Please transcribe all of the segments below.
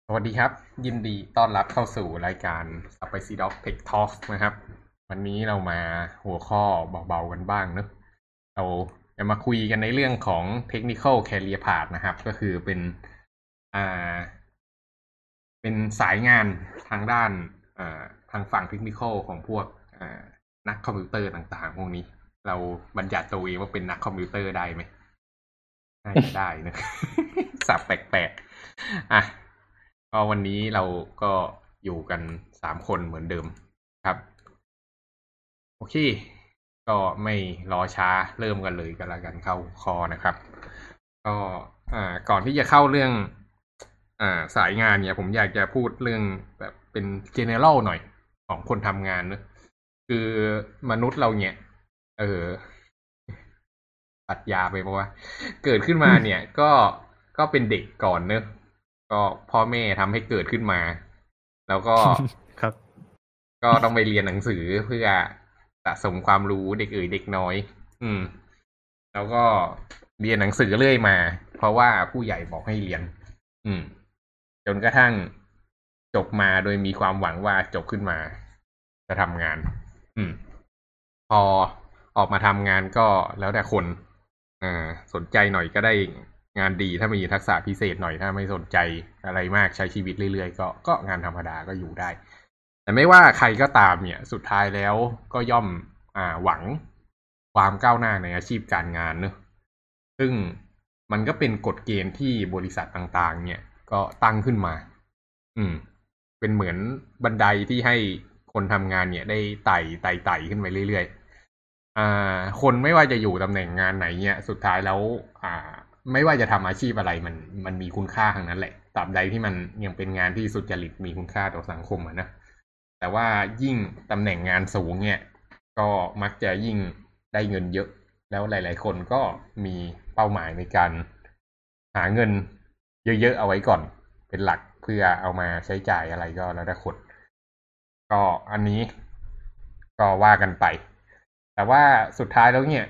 สวัสดีครับยินดีต้อนรับเข้าสู่รายการ Spicy Dog Tech Talk นะครับวันนี้เรามาหัวข้อเบาๆกันบ้างเนอะเราจะมาคุยกันในเรื่องของ Technical Career Path นะครับก็คือเป็นอ่าเป็นสายงานทางด้านทางฝั่งเทคนิคอลของพวกนักคอมพิวเตอร์ต่างๆพวกนี้เราบัญญัติตัวเองว่าเป็นนักคอมพิวเตอร์ได้ไหมน่าจะได้นะศัพท์แปลกๆก็วันนี้เราก็อยู่กัน3 คนเหมือนเดิมครับโอเคก็ไม่รอช้าเริ่มกันเลยกันแล้วกันเข้าคอนะครับก็ก่อนที่จะเข้าเรื่องสายงานเนี่ยผมอยากจะพูดเรื่องแบบเป็น general หน่อยของคนทำงานเนอะคือมนุษย์เราเนี่ยเออปรัชญาไปเพราะว่าเกิดขึ้นมาเนี่ยก็เป็นเด็กก่อนเนอะก็พ่อแม่ทำให้เกิดขึ้นมา แล้วก็ครับก็ต้องไปเรียนหนังสือเพื่อสะสมความรู้เด็กเด็กน้อย อืมแล้วก็เรียนหนังสือเรื่อยมา เพราะว่าผู้ใหญ่บอกให้เรียน อืมจนกระทั่งจบมาโดยมีความหวังว่าจบขึ้นมาจะทำงาน อืมพอออกมาทำงานก็แล้วแต่คนสนใจหน่อยก็ได้งานดีถ้ามีทักษะพิเศษหน่อยถ้าไม่สนใจอะไรมากใช้ชีวิตเรื่อยๆก็งานธรรมดาก็อยู่ได้แต่ไม่ว่าใครก็ตามเนี่ยสุดท้ายแล้วก็ย่อมหวังความก้าวหน้าในอาชีพการงานเนอะซึ่งมันก็เป็นกฎเกณฑ์ที่บริษัทต่างๆเนี่ยก็ตั้งขึ้นมา อืมเป็นเหมือนบันไดที่ให้คนทำงานเนี่ยได้ไต่ขึ้นไปเรื่อยๆคนไม่ว่าจะอยู่ตำแหน่งงานไหนเนี่ยสุดท้ายแล้วไม่ว่าจะทำอาชีพอะไรมันมีคุณค่าทั้งนั้นแหละตราบใดที่มันยังเป็นงานที่สุจริตมีคุณค่าต่อสังคมนะแต่ว่ายิ่งตำแหน่งงานสูงเนี่ยก็มักจะยิ่งได้เงินเยอะแล้วหลายๆคนก็มีเป้าหมายในการหาเงินเยอะๆเอาไว้ก่อนเป็นหลักเพื่อเอามาใช้จ่ายอะไรก็แล้วแต่คนก็อันนี้ก็ว่ากันไปแต่ว่าสุดท้ายแล้วเนี่ย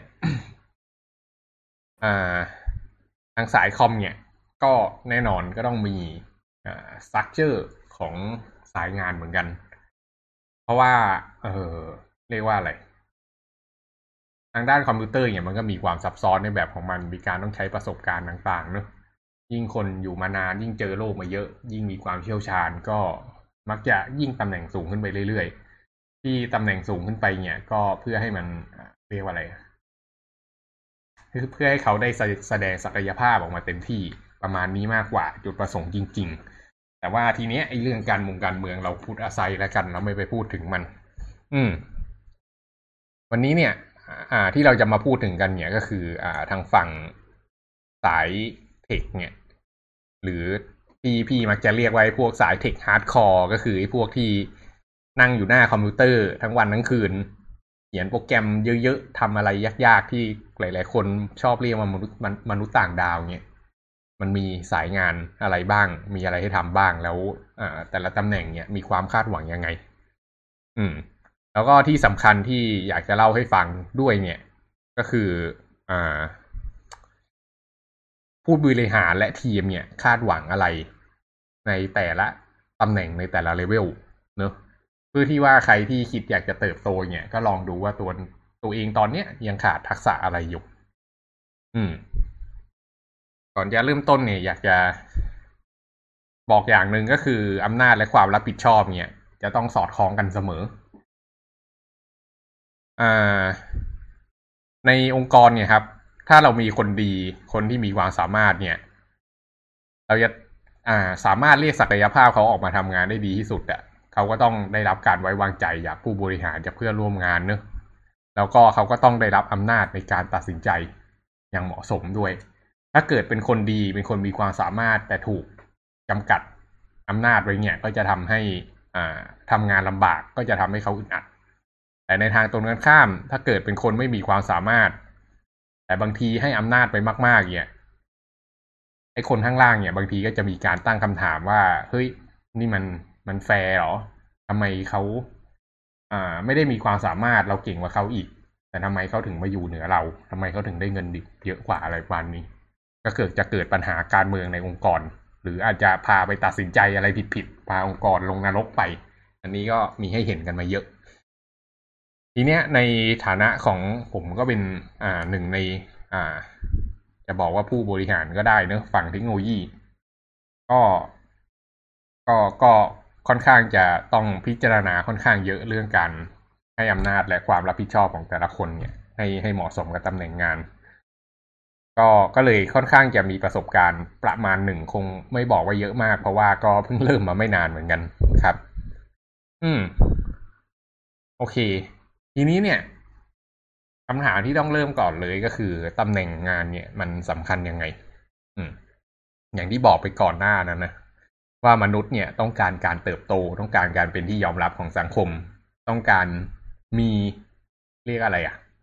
อ่าทางสายคอมเนี่ยก็แน่นอนก็ต้องมีสตรัคเจอร์ของสายงานเหมือนกันเพราะว่าเออเรียกว่าอะไรทางด้านคอมพิวเตอร์เนี่ยมันก็มีความซับซ้อนในแบบของมันมีการต้องใช้ประสบการณ์ต่างๆเนอะยิ่งคนอยู่มานานยิ่งเจอโลกมาเยอะยิ่งมีความเชี่ยวชาญก็มักจะยิ่งตำแหน่งสูงขึ้นไปเรื่อยๆที่ตำแหน่งสูงขึ้นไปเนี่ยก็เพื่อให้มันเรียกว่าอะไร เพื่อให้เขาได้แสดงศักยภาพออกมาเต็มที่ประมาณนี้มากกว่าจุดประสงค์จริงๆแต่ว่าทีเนี้ยไอ้เรื่องการเมืองเราพูดอาศัยแล้วกันเราไม่ไปพูดถึงมัน อืมวันนี้เนี่ยที่เราจะมาพูดถึงกันเนี่ยก็คือทางฝั่งสายเทคเนี่ยหรือที่พี่มักจะเรียกไว้พวกสายเทคฮาร์ดคอร์ก็คือไอ้พวกที่นั่งอยู่หน้าคอมพิวเตอร์ทั้งวันทั้งคืนเขียนโปรแกรมเยอะๆทำอะไรยากๆที่หลายๆคนชอบเรียกว่ามนุษย์ต่างดาวเนี่ยมันมีสายงานอะไรบ้างมีอะไรให้ทำบ้างแล้วแต่ละตำแหน่งเนี่ยมีความคาดหวังยังไงอืม แล้วก็ที่สำคัญที่อยากจะเล่าให้ฟังด้วยเนี่ยก็คืออ่าผู้บริหารและทีมเนี่ยคาดหวังอะไรในแต่ละตำแหน่งในแต่ละเลเวลเนอะเพื่อที่ว่าใครที่คิดอยากจะเติบโตเนี่ยก็ลองดูว่าตัวเองตอนเนี้ยยังขาดทักษะอะไรอยู่อืมก่อนจะเริ่มต้นเนี่ยอยากจะบอกอย่างหนึ่งก็คืออำนาจและความรับผิดชอบเนี่ยจะต้องสอดคล้องกันเสมออ่า ในองค์กรเนี่ยครับถ้าเรามีคนดีคนที่มีความสามารถเนี่ยเราจะสามารถเรียกศักยภาพเขาออกมาทำงานได้ดีที่สุดอ่ะเขาก็ต้องได้รับการไว้วางใจจากผู้บริหารจากเพื่อนร่วมงานเนอะแล้วก็เขาก็ต้องได้รับอำนาจในการตัดสินใจอย่างเหมาะสมด้วยถ้าเกิดเป็นคนดีเป็นคนมีความสามารถแต่ถูกจำกัดอำนาจไว้เนี่ยก็จะทำให้ทำงานลำบากก็จะทำให้เขาอึดอัดแต่ในทางตรงกันข้ามถ้าเกิดเป็นคนไม่มีความสามารถแต่บางทีให้อำนาจไปมากๆเนี่ยไอ้คนข้างล่างเนี่ยบางทีก็จะมีการตั้งคำถามว่าเฮ้ยนี่มันแฟร์หรอทำไมเขาไม่ได้มีความสามารถเราเก่งกว่าเขาอีกแต่ทำไมเขาถึงมาอยู่เหนือเราทำไมเขาถึงได้เงินดิบเยอะกว่าอะไรประมาณนี้ก็จะเกิดปัญหาการเมืองในองค์กรหรืออาจจะพาไปตัดสินใจอะไรผิดพาองค์กรลงนรกไป อันนี้ก็มีให้เห็นกันมาเยอะ ทีเนี้ยในฐานะของผมก็เป็นหนึ่งในจะบอกว่าผู้บริหารก็ได้เนอะฝั่งเทคโนโลยีก็ก็ค่อนข้างจะต้องพิจารณาค่อนข้างเยอะเรื่องการให้อำนาจและความรับผิดชอบของแต่ละคนเนี่ยให้เหมาะสมกับตำแหน่งงานก็เลยค่อนข้างจะมีประสบการณ์ประมาณหนึ่งคงไม่บอกว่าเยอะมากเพราะว่าก็เพิ่งเริ่มมาไม่นานเหมือนกันครับ โอเค ทีนี้เนี่ยคำถามที่ต้องเริ่มก่อนเลยก็คือตำแหน่งงานเนี่ยมันสำคัญยังไง อืม อย่างที่บอกไปก่อนหน้านั้นนะว่ามนุษย์เนี่ยต้องการการเติบโตต้องการการเป็นที่ยอมรับของสังคม ต้องการมีเรียกอะไร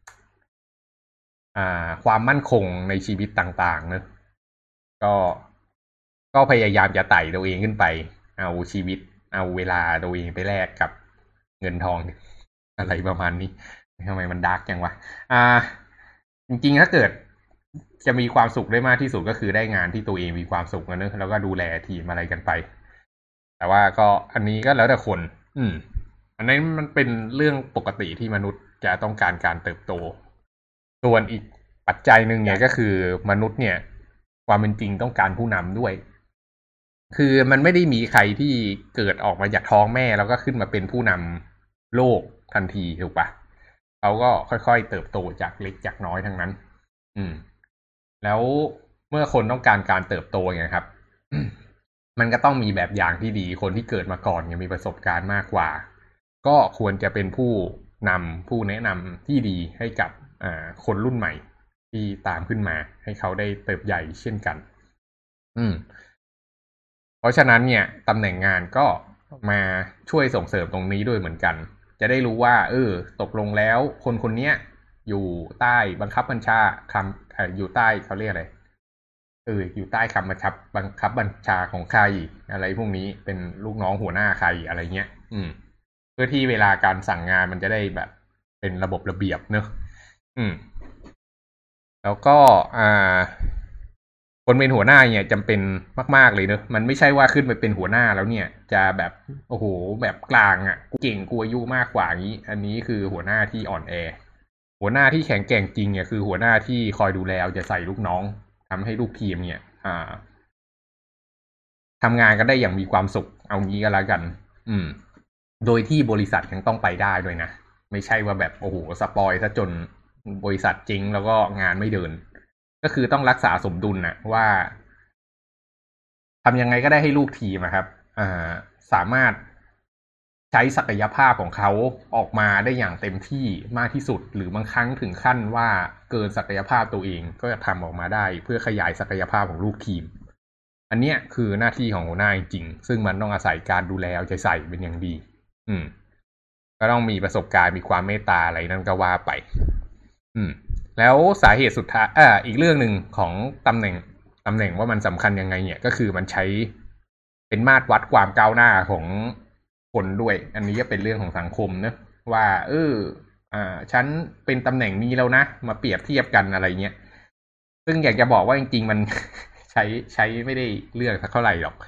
ความมั่นคงในชีวิตต่างๆเนอะก็ก็พยายามจะไต่ตัวเองขึ้นไปเอาชีวิตเอาเวลาตัวเองไปแลกกับเงินทองอะไรประมาณนี้ทำไมมันดาร์กจังวะจริงๆถ้าเกิดจะมีความสุขได้มากที่สุดก็คือได้งานที่ตัวเองมีความสุขนะเนอะแล้วก็ดูแลทีมอะไรกันไป แต่ว่าก็อันนี้ก็แล้วแต่คน อันนั้นมันเป็นเรื่องปกติที่มนุษย์จะต้องการการเติบโต ส่วนอีกปัจจัยหนึ่งเนี่ยก็คือมนุษย์เนี่ยความเป็นจริงต้องการผู้นำด้วย คือมันไม่ได้มีใครที่เกิดออกมาจากท้องแม่แล้วก็ขึ้นมาเป็นผู้นำโลกทันทีถูกปะเขาก็ค่อยๆเติบโตจากเล็กจากน้อยทั้งนั้น แล้วเมื่อคนต้องการการเติบโตอย่างครับ มันก็ต้องมีแบบอย่างที่ดีคนที่เกิดมาก่อนมีประสบการณ์มากกว่า ก็ควรจะเป็นผู้นำผู้แนะนำที่ดีให้กับคนรุ่นใหม่ที่ตามขึ้นมาให้เขาได้เติบใหญ่เช่นกัน เพราะฉะนั้นเนี่ยตำแหน่งงานก็มาช่วยส่งเสริมตรงนี้ด้วยเหมือนกัน จะได้รู้ว่าตกลงแล้วคนคนนี้อยู่ใต้บังคับบัญชาอยู่ใต้เขาเรียกอะไรอยู่ใต้คำบังคับบัญชาของใครอะไรพวกนี้เป็นลูกน้องหัวหน้าใครอะไรเงี้ยเพื่อที่เวลาการสั่งงานมันจะได้แบบเป็นระบบระเบียบเนอะแล้วก็คนเป็นหัวหน้าเนี่ยจำเป็นมากๆเลยเนอะมันไม่ใช่ว่าขึ้นไปเป็นหัวหน้าแล้วเนี่ยจะแบบโอ้โหแบบกลางกูเก่งกูอายุมากกว่านี้อันนี้คือหัวหน้าที่อ่อนแอหัวหน้าที่แข็งแกร่งจริงเนี่ยคือหัวหน้าที่คอยดูแลเอาใจใส่ลูกน้องทำให้ลูกทีมเนี่ยทำงานกันได้อย่างมีความสุขเอางี้ก็แล้วกันโดยที่บริษัทยังต้องไปได้ด้วยนะไม่ใช่ว่าแบบโอ้โหสปอยซะจนบริษัทจริงแล้วก็งานไม่เดินก็คือต้องรักษาสมดุลว่าทำยังไงก็ได้ให้ลูกทีมครับสามารถใช้ศักยภาพของเขาออกมาได้อย่างเต็มที่มากที่สุดหรือบางครั้งถึงขั้นว่าเกินศักยภาพตัวเองก็จะทำออกมาได้เพื่อขยายศักยภาพของลูกทีมอันเนี้ยคือหน้าที่ของหัวหน้าจริงซึ่งมันต้องอาศัยการดูแลเอาใจใส่เป็นอย่างดีก็ต้องมีประสบการณ์มีความเมตตาอะไรนั่นก็ว่าไปแล้วสาเหตุสุดท้ายอีกเรื่องหนึ่งของตำแหน่งว่ามันสำคัญยังไงเนี่ยก็คือมันใช้เป็นมาตรวัดความก้าวหน้าของคนด้วยอันนี้ก็เป็นเรื่องของสังคมนะว่าฉันเป็นตำแหน่งนี้แล้วนะมาเปรียบเทียบกันอะไรเงี้ยซึ่งอยากจะบอกว่าจริงๆมันใช้ไม่ได้เรื่องสักเท่าไหร่หรอก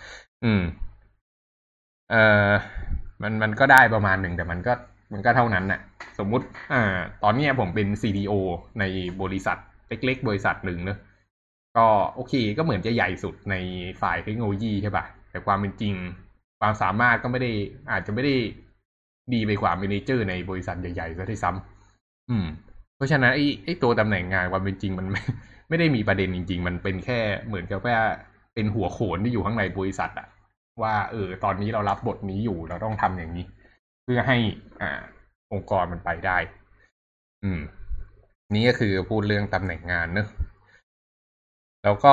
มันก็ได้ประมาณหนึ่งแต่มันก็เท่านั้นน่ะสมมุติตอนนี้ผมเป็น CDO ในบริษัทเล็กๆบริษัทหนึ่งเนอะก็โอเคก็เหมือนจะใหญ่สุดในฝ่ายเทคโนโลยีใช่ป่ะแต่ความเป็นจริงความสามารถก็ไม่ได้อาจจะไม่ได้ดีไปกว่าเมเนเจอร์ในบริษัทใหญ่ๆซะที่ซ้ำเพราะฉะนั้นไอ้ตัวตำแหน่งงานความเป็นจริงมันไม่ได้มีประเด็นจริงๆมันเป็นแค่เหมือนกับว่าเป็นหัวโขนที่อยู่ข้างในบริษัทว่าตอนนี้เรารับบทนี้อยู่เราต้องทำอย่างนี้ เพื่อให้องค์กรมันไปได้นี่ก็คือพูดเรื่องตำแหน่งงานเนอะแล้วก็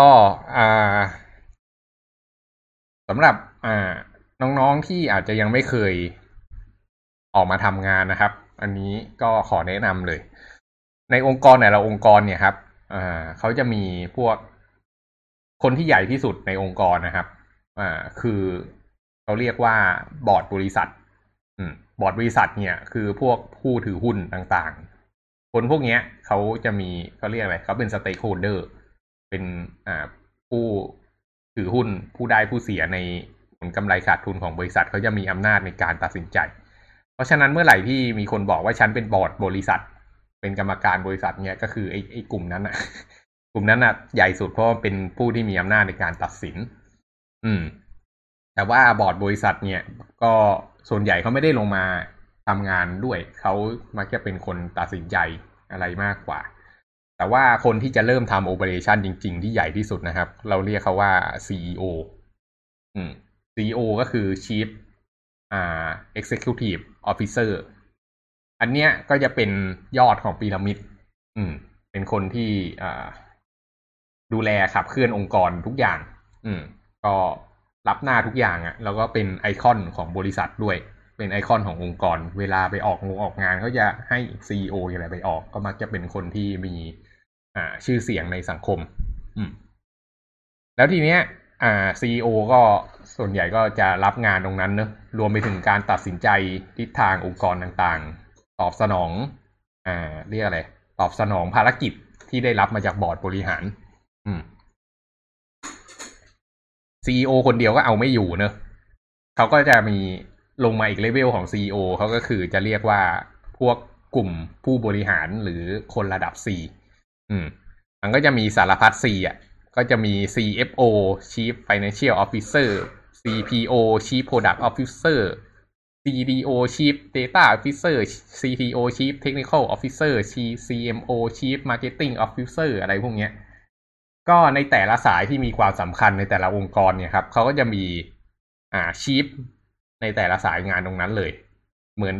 สำหรับน้องๆที่อาจจะยังไม่เคยออกมาทำงานนะครับ อันนี้ก็ขอแนะนำเลย ในองค์กรแต่ละองค์กรเนี่ยครับเขาจะมีพวกคนที่ใหญ่ที่สุดในองค์กรนะครับคือเขาเรียกว่าบอร์ดบริษัทบอร์ดบริษัทเนี่ยคือพวกผู้ถือหุ้นต่างๆคนพวกนี้เขาจะมีเขาเรียกอะไรเขาเป็นสเต็กโฮลเดอร์เป็นผู้ถือหุ้นผู้ได้ผู้เสียในผลกำไรขาดทุนของบริษัทเขาจะมีอำนาจในการตัดสินใจเพราะฉะนั้นเมื่อไหร่ที่มีคนบอกว่าฉันเป็นบอร์ดบริษัทเป็นกรรมการบริษัทเนี่ยก็คือไอ้กลุ่มนั้นน่ะกลุ่มนั้นน่ะใหญ่สุดเพราะเป็นผู้ที่มีอำนาจในการตัดสินแต่ว่าบอร์ดบริษัทเนี่ยก็ส่วนใหญ่เขาไม่ได้ลงมาทำงานด้วยเขามักจะเป็นคนตัดสินใจอะไรมากกว่าแต่ว่าคนที่จะเริ่มทำโอเปอเรชันจริงๆที่ใหญ่ที่สุดนะครับเราเรียกเขาว่า CEO CEO ก็คือ Chief Executive Officer อันเนี้ยก็จะเป็นยอดของพีระมิดเป็นคนที่ดูแลขับเคลื่อนองค์กรทุกอย่างก็รับหน้าทุกอย่างอ่ะแล้วก็เป็นไอคอนของบริษัทด้วยเป็นไอคอนขององค์กรเวลาไปออกงานเขาจะให้ CEO อะไรไปออกก็มักจะเป็นคนที่มีชื่อเสียงในสังคมแล้วทีเนี้ยCEO ก็ส่วนใหญ่ก็จะรับงานตรงนั้นเนอะรวมไปถึงการตัดสินใจทิศทางองค์กรต่างๆตอบสนองเรียกอะไรตอบสนองภารกิจที่ได้รับมาจากบอร์ดบริหารCEO คนเดียวก็เอาไม่อยู่เนอะเขาก็จะมีลงมาอีกเลเวลของ CEO เขาก็คือจะเรียกว่าพวกกลุ่มผู้บริหารหรือคนระดับ C มันก็จะมีสารพัด C อ่ะก็จะมี CFO Chief Financial Officer CPO Chief Product Officer CDO Chief Data Officer CTO Chief Technical Officer CMO Chief Marketing Officer อะไรพวกเนี้ยก็ในแต่ละสายที่มีความสำคัญในแต่ละองค์กรเนี่ยครับเขาก็จะมีChief ในแต่ละสายงานตรงนั้นเลยเหมือน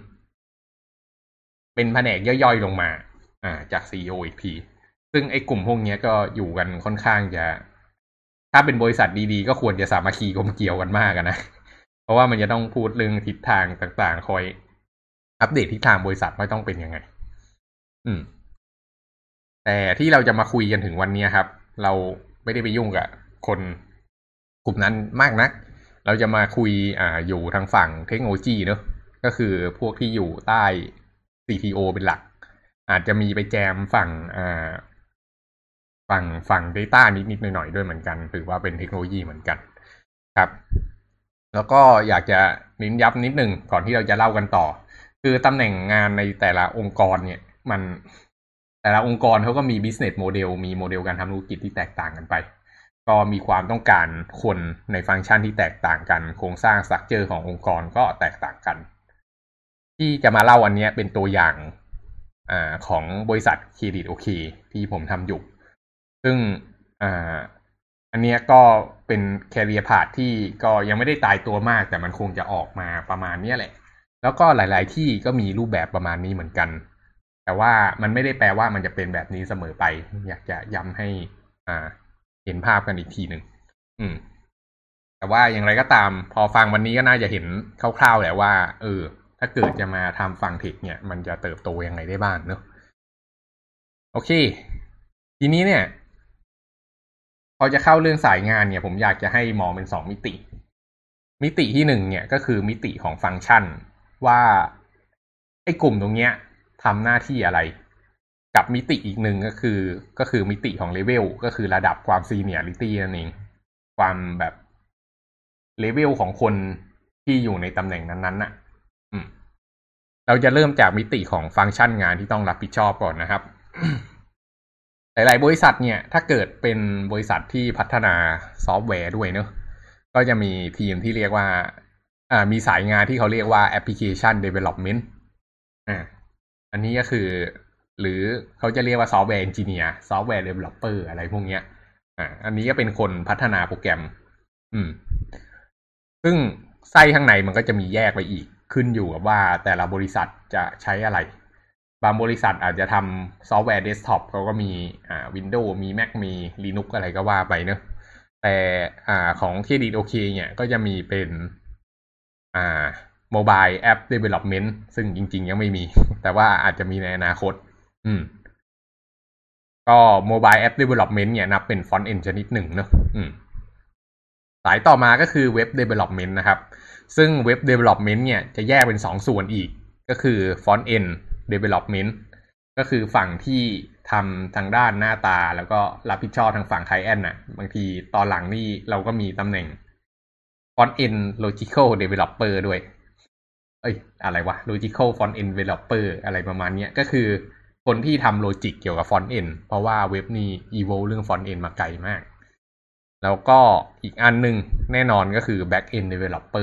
เป็นแผนกย่อยๆลงมาจาก CEO อีกทีซึ่งไอ้กลุ่มพวกนี้ก็อยู่กันค่อนข้างจะถ้าเป็นบริษัทดีๆก็ควรจะสามัคคีกลมเกลี่ยวกันมากนะเพราะว่ามันจะต้องพูดเรื่องทิศทางต่างๆคอยอัปเดตทิศทางบริษัทไม่ต้องเป็นยังไงแต่ที่เราจะมาคุยกันถึงวันนี้ครับเราไม่ได้ไปยุ่งกับคนกลุ่มนั้นมากนักเราจะมาคุยอยู่ทางฝั่งเทคโนโลยีเนอะก็คือพวกที่อยู่ใต้ CTO เป็นหลักอาจจะมีไปแจมฝั่ง data นิดๆหน่อยๆด้วยเหมือนกันถือว่าเป็นเทคโนโลยีเหมือนกันครับแล้วก็อยากจะเน้นย้ำนิดนึงก่อนที่เราจะเล่ากันต่อคือตำแหน่งงานในแต่ละองค์กรเนี่ยมันแต่ละองค์กรเขาก็มี business model มีโมเดลการทำธุรกิจที่แตกต่างกันไปก็มีความต้องการคนในฟังก์ชันที่แตกต่างกันโครงสร้างสตรัคเจอร์ขององค์กรก็แตกต่างกันที่จะมาเล่าอันนี้เป็นตัวอย่างของบริษัทเครดิตโอเคที่ผมทำอยู่ซึ่งอันนี้ก็เป็นแคเรียร์พาธที่ก็ยังไม่ได้ตายตัวมากแต่มันคงจะออกมาประมาณนี้แหละแล้วก็หลายๆที่ก็มีรูปแบบประมาณนี้เหมือนกันแต่ว่ามันไม่ได้แปลว่ามันจะเป็นแบบนี้เสมอไปอยากจะย้ำให้เห็นภาพกันอีกทีหนึ่งแต่ว่าอย่างไรก็ตามพอฟังวันนี้ก็น่าจะเห็นคร่าวๆแหละว่าถ้าเกิดจะมาทำฟังเทคเนี่ยมันจะเติบโตยังไงได้บ้างเนอะโอเคทีนี้เนี่ยพอจะเข้าเรื่องสายงานเนี่ยผมอยากจะให้มองเป็น2 มิติที่1เนี่ยก็คือมิติของฟังก์ชันว่าไอ้กลุ่มตรงเนี้ยทำหน้าที่อะไรกับมิติอีกหนึ่งก็คือมิติของเลเวลก็คือระดับความซีเนียริตี้นั่นเองความแบบเลเวลของคนที่อยู่ในตำแหน่งนั้นๆน่ะเราจะเริ่มจากมิติของฟังก์ชันงานที่ต้องรับผิดชอบก่อนนะครับ หลายๆบริษัทเนี่ยถ้าเกิดเป็นบริษัทที่พัฒนาซอฟต์แวร์ด้วยเนอะก็จะมีทีมที่เรียกว่ามีสายงานที่เขาเรียกว่า application development อันนี้ก็คือหรือเขาจะเรียกว่าซอฟต์แวร์เอนจิเนียร์ซอฟต์แวร์เดเวลลอปเปอร์อะไรพวกเนี้ยอันนี้ก็เป็นคนพัฒนาโปรแกรมซึ่งไส้ข้างในมันก็จะมีแยกไปอีกขึ้นอยู่กับว่าแต่ละบริษัทจะใช้อะไรบางบริษัทอาจจะทำซอฟต์แวร์เดสก์ท็อปเขาก็มีWindows มี Mac มี Linux อะไรก็ว่าไปเนอะแต่ของเครดิตโอเคเนี่ยก็จะมีเป็นMobile App Development ซึ่งจริงๆยังไม่มีแต่ว่าอาจจะมีในอนาคตก็ Mobile App Development เนี่ยนับเป็น Front End ชนิดหนึ่งเนอะสายต่อมาก็คือ Web Development นะครับซึ่ง Web Development เนี่ยจะแยกเป็น2 ส่วนอีกก็คือ Front End Development ก็คือฝั่งที่ทำทางด้านหน้าตาแล้วก็รับผิดชอบทางฝั่งไคลเอนต์น่ะบางทีตอนหลังนี่เราก็มีตำแหน่ง Front End Logical Developer ด้วยอะไรวะ Logical Front End Developer อะไรประมาณนี้ก็คือคนที่ทำโลจิกเกี่ยวกับ Front End เพราะว่าเว็บนี้ evolve เรื่อง Front End มาไกลมากแล้วก็อีกอันหนึ่งแน่นอนก็คือ Back End Developer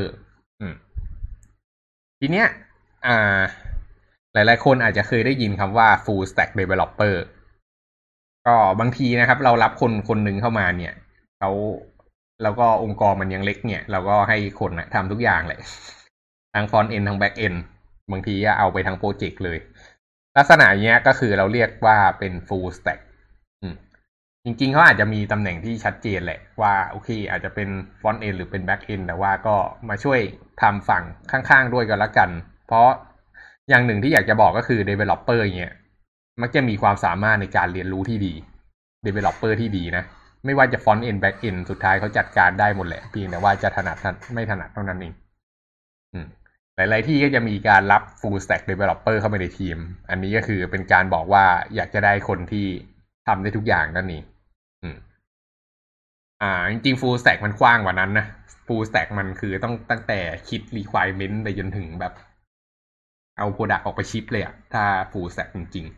ทีเนี้ยหลายๆคนอาจจะเคยได้ยินคำว่า Full Stack Developer ก็บางทีนะครับเรารับคนหนึ่งเข้ามาเนี่ยแล้วก็องค์กรมันยังเล็กเนี่ยเราก็ให้คนนะทำทุกอย่างเลยทั้ง Front End ทั้ง Back End บางทีก็เอาไปทั้งโปรเจกต์เลยลักษณะเนี้ยก็คือเราเรียกว่าเป็น Full Stack จริงๆเขาอาจจะมีตำแหน่งที่ชัดเจนแหละว่าโอเคอาจจะเป็น Front End หรือเป็น Back End แต่ว่าก็มาช่วยทำฝั่งข้างๆด้วยกันละกันเพราะอย่างหนึ่งที่อยากจะบอกก็คือ Developer เนี่ยมักจะมีความสามารถในการเรียนรู้ที่ดี Developer ที่ดีนะไม่ว่าจะ Front End Back End สุดท้ายเขาจัดการได้หมดแหละเพียงแต่ว่าจะถนัดไม่ถนัดเท่านั้นเองหลายๆที่ก็จะมีการรับ Full Stack Developer เข้าไปในทีมอันนี้ก็คือเป็นการบอกว่าอยากจะได้คนที่ทำได้ทุกอย่างนั่นเองจริงๆ Full Stack มันกว้างกว่านั้นนะ Full Stack มันคือต้องตั้งแต่คิด requirement ไปจนถึงแบบเอา product ออกไปชิปเลยอะถ้า Full Stack จริง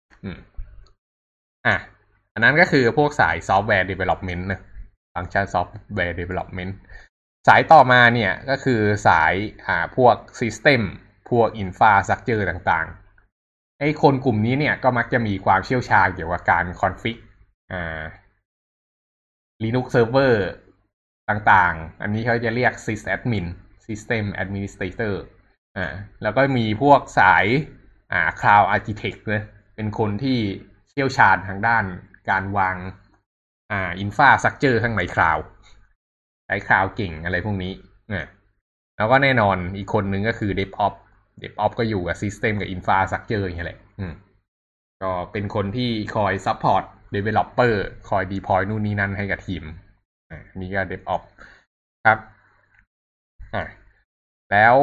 ๆอันนั้นก็คือพวกสาย Software Development นะ Function Software Development สายต่อมาเนี่ยก็คือสายพวก System พวก Infrastructure ต่างๆไอ้คนกลุ่มนี้เนี่ยก็มักจะมีความเชี่ยวชาญเกี่ยวกับการ config Linux Server ต่างๆอันนี้เขาจะเรียก sysadmin System Administrator แล้วก็มีพวกสายCloud Architect นะเป็นคนที่เชี่ยวชาญทางด้านการวางInfrastructure ข้างใน Cloud ใช้ Cloud เก่งอะไรพวกนี้แล้วก็แน่นอนอีกคนนึงก็คือ DevOps ก็อยู่กับ System กับ Infrastructure อย่างเงี้ยแหละก็เป็นคนที่คอย support developer คอย deploy นู่นนี่นั่นให้กับทีมนี่ก็ DevOps ครับแล้ว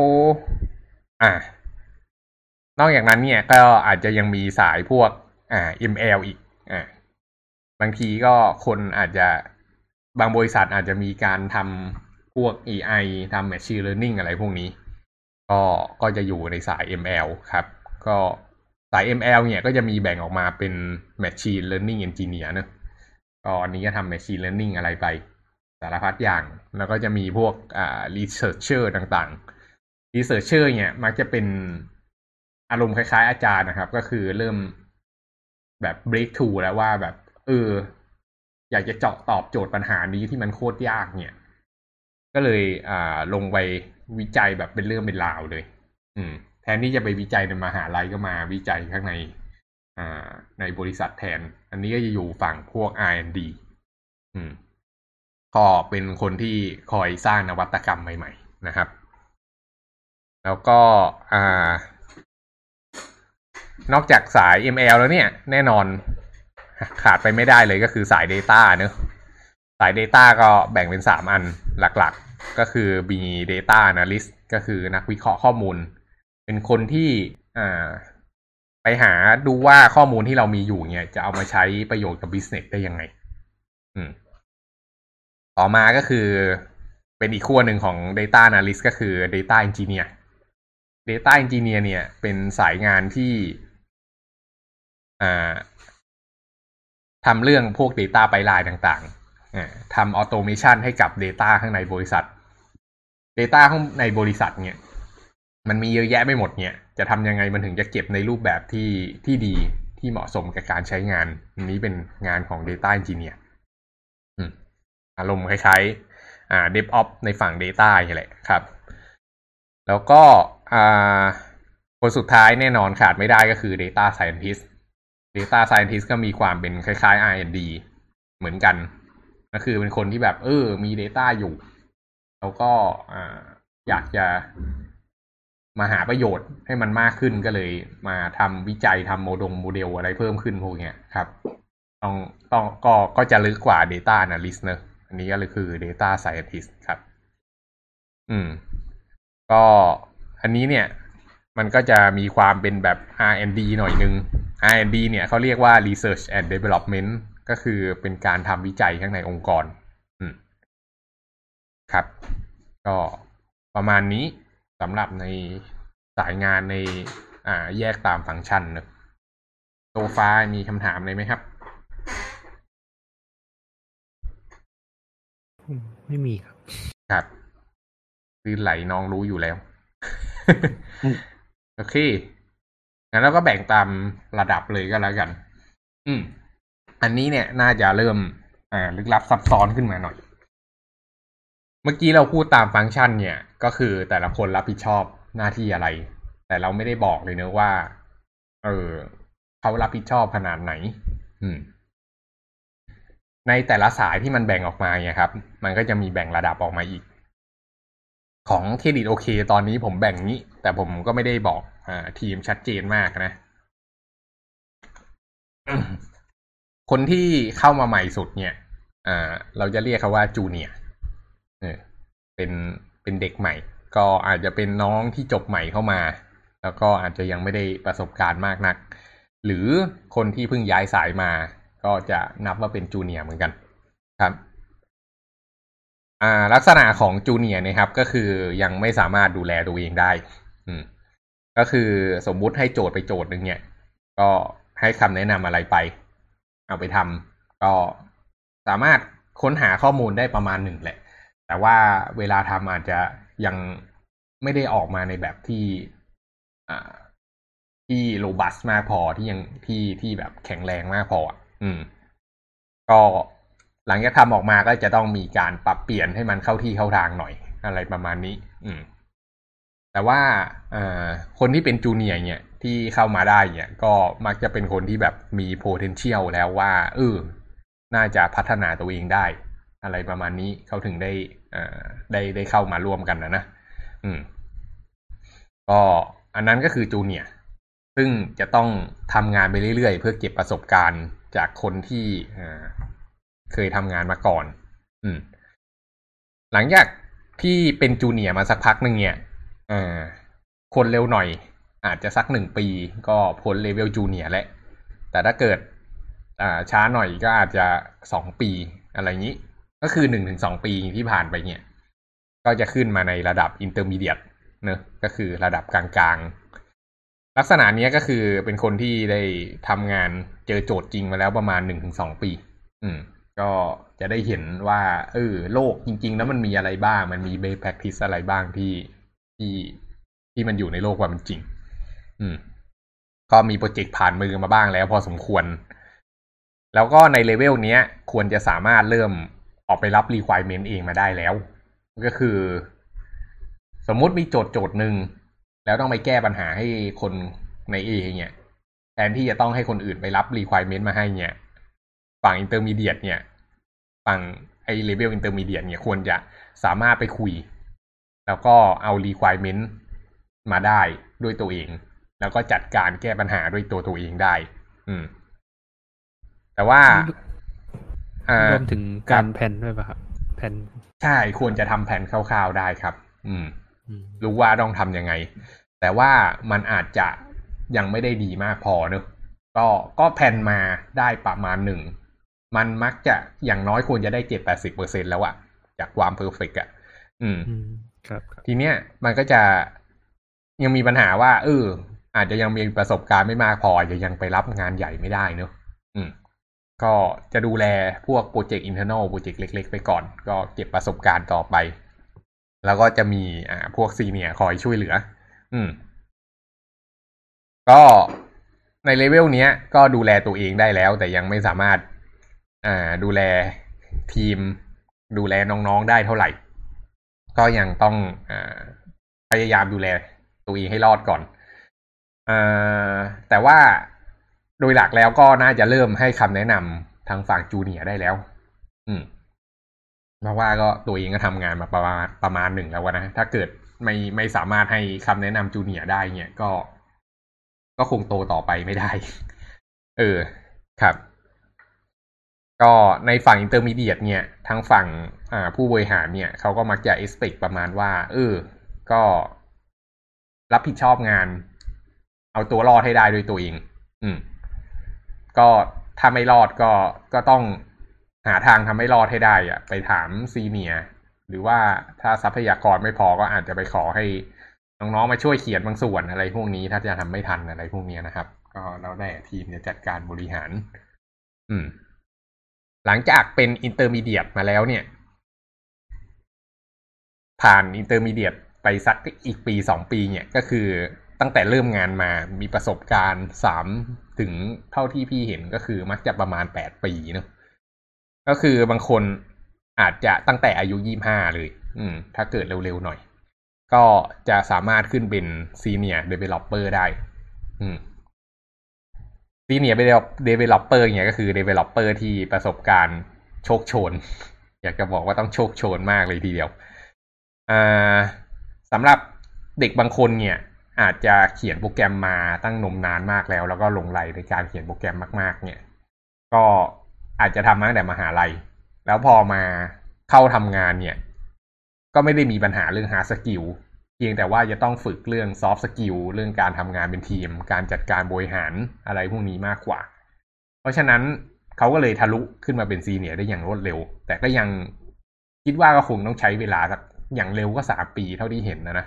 นอกจากนั้นเนี่ยก็อาจจะยังมีสายพวกML อีกบางทีก็คนอาจจะบางบริษัทอาจจะมีการทำพวก AI ทำ Machine Learning อะไรพวกนี้ก็จะอยู่ในสาย ML ครับก็สาย ML เนี่ยก็จะมีแบ่งออกมาเป็น Machine Learning Engineer นะก็อันนี้ก็ทำ Machine Learning อะไรไปสารพัดอย่างแล้วก็จะมีพวกResearcher ต่างๆ Researcher เนี่ยมักจะเป็นอารมณ์คล้ายๆอาจารย์นะครับก็คือเริ่มแบบ breakthrough แล้วว่าแบบอยากจะเจาะตอบโจทย์ปัญหานี้ที่มันโคตรยากเนี่ยก็เลยลงไปวิจัยแบบเป็นเรื่องเป็นราวเลยแทนที่จะไปวิจัยในมหาลัยก็มาวิจัยข้างในบริษัทแทนอันนี้ก็จะอยู่ฝั่งพวก R&D ก็เป็นคนที่คอยสร้างนวัตกรรมใหม่ๆนะครับแล้วก็นอกจากสาย ML แล้วเนี่ยแน่นอนขาดไปไม่ได้เลยก็คือสาย Data เนอะสาย Data ก็แบ่งเป็น3อันหลักๆก็คือมี Data Analyst ก็คือนักวิเคราะห์ข้อมูลเป็นคนที่ไปหาดูว่าข้อมูลที่เรามีอยู่เนี่ยจะเอามาใช้ประโยชน์กับ business ได้ยังไงต่อมาก็คือเป็นอีกขั้วหนึ่งของ Data Analyst ก็คือ Data Engineer Data Engineer เนี่ยเป็นสายงานที่ทำเรื่องพวก Data Pipeline ต่างๆทำ Automation ให้กับ Data ข้างในบริษัท Data ข้างในบริษัทเนี่ยมันมีเยอะแยะไม่หมดเนี่ยจะทำยังไงมันถึงจะเก็บในรูปแบบที่ดีที่เหมาะสมกับการใช้งานอันนี้เป็นงานของ Data Engineer อารมณ์คล้ายๆDevOps ในฝั่ง Data นี่แหละครับแล้วก็คนสุดท้ายแน่นอนขาดไม่ได้ก็คือ Data Scientist Data Scientist ก็มีความเป็นคล้ายๆ R&D เหมือนกันก็คือเป็นคนที่แบบมี Data อยู่แล้วก็อยากจะมาหาประโยชน์ให้มันมากขึ้นก็เลยมาทำวิจัยทำโมเดลอะไรเพิ่มขึ้นพวกเนี้ยครับต้องก็จะลึกกว่า Data Analyst เนอะอันนี้ก็เลยคือ Data Scientist ครับก็อันนี้เนี่ยมันก็จะมีความเป็นแบบ R&D หน่อยนึง R&D เนี่ยเขาเรียกว่า Research and Development ก็คือเป็นการทำวิจัยข้างในองค์กรครับก็ประมาณนี้สำหรับในสายงานในแยกตามฟังก์ชันนะโซฟามีคำถามอะไรไหมครับไม่มีครับครับคือไหลน้องรู้อยู่แล้ว โอเคงั้นเราก็แบ่งตามระดับเลยก็แล้วกันอันนี้เนี่ยน่าจะเริ่มลึกลับซับซ้อนขึ้นมาหน่อยเมื่อกี้เราพูดตามฟังก์ชันเนี่ยก็คือแต่ละคนรับผิดชอบหน้าที่อะไรแต่เราไม่ได้บอกเลยเนอะว่าเขารับผิดชอบขนาดไหนในแต่ละสายที่มันแบ่งออกมาเนี่ยครับมันก็จะมีแบ่งระดับออกมาอีกของเครดิตโอเคตอนนี้ผมแบ่งนี้แต่ผมก็ไม่ได้บอกทีมชัดเจนมากนะคนที่เข้ามาใหม่สุดเนี่ยเราจะเรียกเขาว่าจูเนียร์เป็นเด็กใหม่ก็อาจจะเป็นน้องที่จบใหม่เข้ามาแล้วก็อาจจะยังไม่ได้ประสบการณ์มากนักหรือคนที่เพิ่งย้ายสายมาก็จะนับว่าเป็นจูเนียร์เหมือนกันครับลักษณะของจูเนียร์นะครับก็คือยังไม่สามารถดูแลตัวเองได้ก็คือสมมุติให้โจทย์ไปโจทย์นึงเนี่ยก็ให้คำแนะนำอะไรไปเอาไปทำก็สามารถค้นหาข้อมูลได้ประมาณหนึ่งแหละแต่ว่าเวลาทำอาจจะยังไม่ได้ออกมาในแบบที่โรบัสมากพอที่ยังที่แบบแข็งแรงมากพอก็หลังจากทำออกมาก็จะต้องมีการปรับเปลี่ยนให้มันเข้าที่เข้าทางหน่อยอะไรประมาณนี้แต่ว่าคนที่เป็นจูเนียร์เนี่ยที่เข้ามาได้เนี่ยก็มักจะเป็นคนที่แบบมี potential แล้วว่าน่าจะพัฒนาตัวเองได้อะไรประมาณนี้เขาถึงได้เข้ามาร่วมกันนะก็อันนั้นก็คือจูเนียร์ซึ่งจะต้องทำงานไปเรื่อยๆเพื่อเก็บประสบการณ์จากคนที่เคยทำงานมาก่อนหลังจากที่เป็นจูเนียร์มาสักพักหนึ่งเนี่ยคนเร็วหน่อยอาจจะสัก1 ปีก็พ้นเลเวลจูเนียร์แล้วแต่ถ้าเกิดช้าหน่อยก็อาจจะ2 ปีอะไรอย่างนี้ก็คือ1 ถึง 2 ปีที่ผ่านไปเนี่ยก็จะขึ้นมาในระดับอินเตอร์มีเดียตเนอะก็คือระดับกลางๆลักษณะนี้ก็คือเป็นคนที่ได้ทำงานเจอโจทย์จริงมาแล้วประมาณ1 ถึง 2 ปีก็จะได้เห็นว่าโลกจริงๆแล้วมันมีอะไรบ้างมันมี best practice อะไรบ้างที่มันอยู่ในโลกความเป็นจริงก็มีโปรเจกต์ผ่านมือมาบ้างแล้วพอสมควรแล้วก็ในเลเวลเนี้ยควรจะสามารถเริ่มออกไปรับ requirement เองมาได้แล้วก็คือสมมุติมีโจทย์หนึ่งแล้วต้องไปแก้ปัญหาให้คนในเองเนี่ยแทนที่จะต้องให้คนอื่นไปรับ requirement มาให้เนี่ยฝั่ง intermediate เนี่ยฝั่งไอ้ level intermediate เนี่ยควรจะสามารถไปคุยแล้วก็เอา requirement มาได้ด้วยตัวเองแล้วก็จัดการแก้ปัญหาด้วยตัวเองได้แต่ว่ารวมถึงการแผนด้วยป่ะครับแผนใช่ควรจะทำแผนคร่าวๆได้ครับรู้ว่าต้องทำยังไงแต่ว่ามันอาจจะยังไม่ได้ดีมากพอเนอะก็แผนมาได้ประมาณหนึ่งมันมักจะอย่างน้อยควรจะได้70-80%แล้วอะจากความเพอร์เฟกต์อะครับทีเนี้ยมันก็จะยังมีปัญหาว่าอาจจะยังมีประสบการณ์ไม่มากพออาจจะยังไปรับงานใหญ่ไม่ได้เนอะก็จะดูแลพวกโปรเจกต์อินเทอร์เนลโปรเจกต์เล็กๆไปก่อนก็เก็บประสบการณ์ต่อไปแล้วก็จะมีพวกซีเนียร์คอยช่วยเหลือก็ในเลเวลเนี้ยก็ดูแลตัวเองได้แล้วแต่ยังไม่สามารถดูแลทีมดูแลน้องๆได้เท่าไหร่ก็ยังต้องพยายามดูแลตัวเองให้รอดก่อนแต่ว่าโดยหลักแล้วก็น่าจะเริ่มให้คำแนะนำทางฝั่งจูเนียร์ได้แล้วเพราะว่าก็ตัวเองก็ทำงานมาประมาณหนึ่งแล้วนะถ้าเกิดไม่สามารถให้คำแนะนำจูเนียร์ได้เนี่ยก็คงโตต่อไปไม่ได้ครับก็ในฝั่งอินเตอร์มีเดียตเนี่ยทางฝั่งผู้บริหารเนี่ยเขาก็มักจะ expect ประมาณว่าก็รับผิดชอบงานเอาตัวรอดให้ได้ด้วยตัวเองก็ถ้าไม่รอดก็ต้องหาทางทำให้รอดให้ได้อ่ะไปถามซีเนียร์หรือว่าถ้าทรัพยากรไม่พอก็อาจจะไปขอให้น้องๆมาช่วยเขียนบางส่วนอะไรพวกนี้ถ้าจะทำไม่ทันอะไรพวกนี้นะครับก็แล้วแต่ทีมจะจัดการบริหารหลังจากเป็นอินเตอร์มีเดียตมาแล้วเนี่ยผ่านอินเตอร์มีเดียตไปสักอีกปี2 ปีเนี่ยก็คือตั้งแต่เริ่มงานมามีประสบการณ์3ถึงเท่าที่พี่เห็นก็คือมักจะประมาณ8 ปีเนอะก็คือบางคนอาจจะตั้งแต่อายุ25เลยถ้าเกิดเร็วๆหน่อยก็จะสามารถขึ้นเป็นซีเนียร์เดเวลลอปเปอร์ได้ซีเนียร์เดเวลลอปเปอร์เนี่ยก็คือเดเวลลอปเปอร์ที่ประสบการณ์โชคโชนอยากจะบอกว่าต้องโชคโชนมากเลยทีเดียวสำหรับเด็กบางคนเนี่ยอาจจะเขียนโปรแกรมมาตั้งนมนานมากแล้วก็หลงใหลในการเขียนโปรแกรมมากๆเนี่ยก็อาจจะทำมาตั้งแต่มหาลัยแล้วพอมาเข้าทำงานเนี่ยก็ไม่ได้มีปัญหาเรื่อง hard skill เพียงแต่ว่าจะต้องฝึกเรื่อง soft skill เรื่องการทำงานเป็นทีมการจัดการบริหารอะไรพวกนี้มากกว่าเพราะฉะนั้นเขาก็เลยทะลุขึ้นมาเป็นซีเนียร์ได้อย่างรวดเร็วแต่ก็ยังคิดว่าก็คงต้องใช้เวลาสักอย่างเร็วก็3 ปีเท่าที่เห็นนะ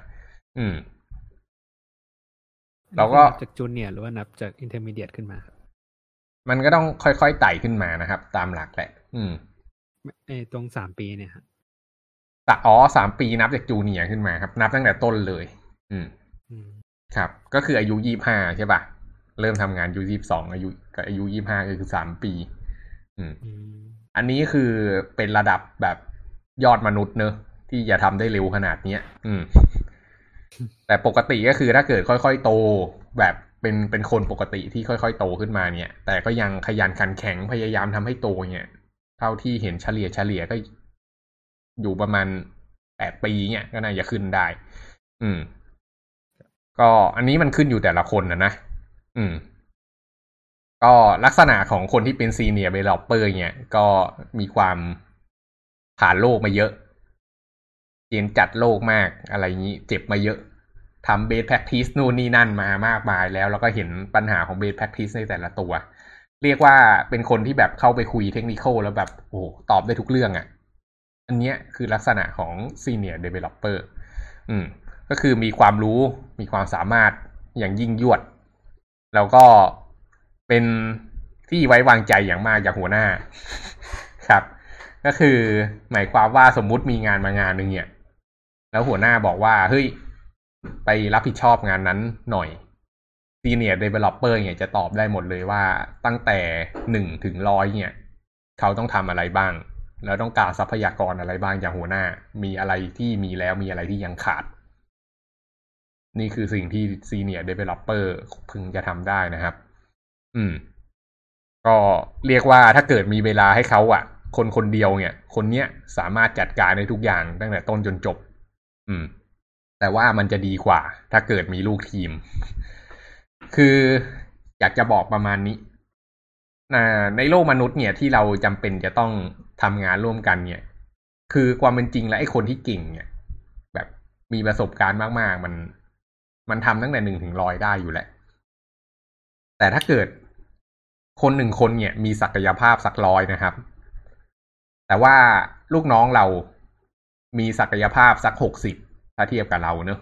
เราก็นับจากจูเนียร์หรือว่านับจากอินเตอร์มีเดียตขึ้นมามันก็ต้องค่อยๆไต่ขึ้นมานะครับตามหลักแหละตรง3 ปีเนี่ยครับ 3 ปีนับจากจูเนียร์ขึ้นมาครับนับตั้งแต่ต้นเลยครับก็คืออายุ25ใช่ป่ะเริ่มทำงานอายุ22อายุ25ก็คือ3 ปีอันนี้คือเป็นระดับแบบยอดมนุษย์เนอะที่จะทำได้เร็วขนาดเนี้ยแต่ปกติก็คือถ้าเกิดค่อยๆโตแบบเป็นคนปกติที่ค่อยๆโตขึ้นมาเนี่ยแต่ก็ยังขยันขันแข็งพยายามทำให้โตเนี่ยเท่าที่เห็นเฉลี่ยก็อยู่ประมาณ8 ปีเนี่ยก็น่าจะขึ้นได้ก็อันนี้มันขึ้นอยู่แต่ละคนนะก็ลักษณะของคนที่เป็นซีเนียร์เดเวลลอปเปอร์เนี่ยก็มีความผ่านโลกมาเยอะเกณฑ์จัดโลกมากอะไรอย่างนี้เจ็บมาเยอะทำเบสแพคทิสนู่นนี่นั่นมามากมายแล้วก็เห็นปัญหาของเบสแพคทิสในแต่ละตัวเรียกว่าเป็นคนที่แบบเข้าไปคุยเทคนิคแล้วแบบโอ้ตอบได้ทุกเรื่องอ่ะอันเนี้ยคือลักษณะของซีเนียร์เดเวลลอปเปอร์ก็คือมีความรู้มีความสามารถอย่างยิ่งยวดแล้วก็เป็นที่ไว้วางใจอย่างมากจากหัวหน้าครับก็คือหมายความว่าสมมุติมีงานมางานนึงเนี่ยแล้วหัวหน้าบอกว่าเฮ้ยไปรับผิดชอบงานนั้นหน่อยซีเนียร์เดเวลลอปเปอร์เนี่ยจะตอบได้หมดเลยว่าตั้งแต่1 ถึง 100เนี่ยเขาต้องทำอะไรบ้างแล้วต้องการทรัพยากรอะไรบ้างจากหัวหน้ามีอะไรที่มีแล้วมีอะไรที่ยังขาดนี่คือสิ่งที่ซีเนียร์เดเวลลอปเปอร์พึงจะทำได้นะครับก็เรียกว่าถ้าเกิดมีเวลาให้เขาอ่ะคนเดียวเนี่ยคนเนี้ยสามารถจัดการได้ทุกอย่างตั้งแต่ต้นจนจบแต่ว่ามันจะดีกว่าถ้าเกิดมีลูกทีมคืออยากจะบอกประมาณนี้ในโลกมนุษย์เนี่ยที่เราจำเป็นจะต้องทำงานร่วมกันเนี่ยคือความเป็นจริงแล้วไอ้คนที่เก่งเนี่ยแบบมีประสบการณ์มากๆมันทำตั้งแต่1 ถึง 100ได้อยู่แหละแต่ถ้าเกิดคน1 คนเนี่ยมีศักยภาพสัก100นะครับแต่ว่าลูกน้องเรามีศักยภาพสัก60ถ้าเทียบกับเราเนอะ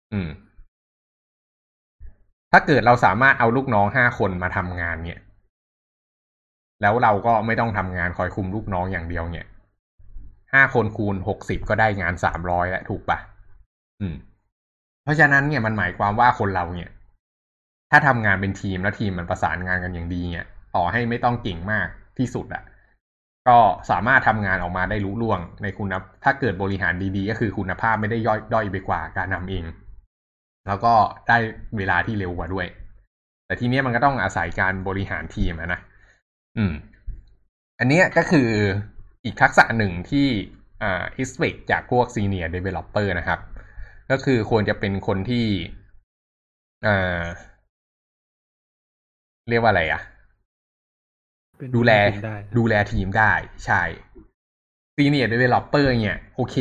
ถ้าเกิดเราสามารถเอาลูกน้อง5 คนมาทำงานเนี่ยแล้วเราก็ไม่ต้องทำงานคอยคุมลูกน้องอย่างเดียวเนี่ย5 คนคูณ60ก็ได้งาน300แล้วถูกปะเพราะฉะนั้นเนี่ยมันหมายความว่าคนเราเนี่ยถ้าทำงานเป็นทีมแล้วทีมมันประสานงานกันอย่างดีเนี่ยต่อให้ไม่ต้องเก่งมากที่สุดอ่ะก็สามารถทำงานออกมาได้ลุล่วงในคุณภาพถ้าเกิดบริหารดีๆก็คือคุณภาพไม่ได้ด้อยไปกว่าการทำเองแล้วก็ได้เวลาที่เร็วกว่าด้วยแต่ทีนี้มันก็ต้องอาศัยการบริหารทีมนะอันนี้ก็คืออีกทักษะหนึ่งที่expect จากพวก senior developer นะครับก็คือควรจะเป็นคนที่เรียกว่าอะไรอ่ะดูแลทีมได้ใช่ Senior Developer เนี่ยโอเค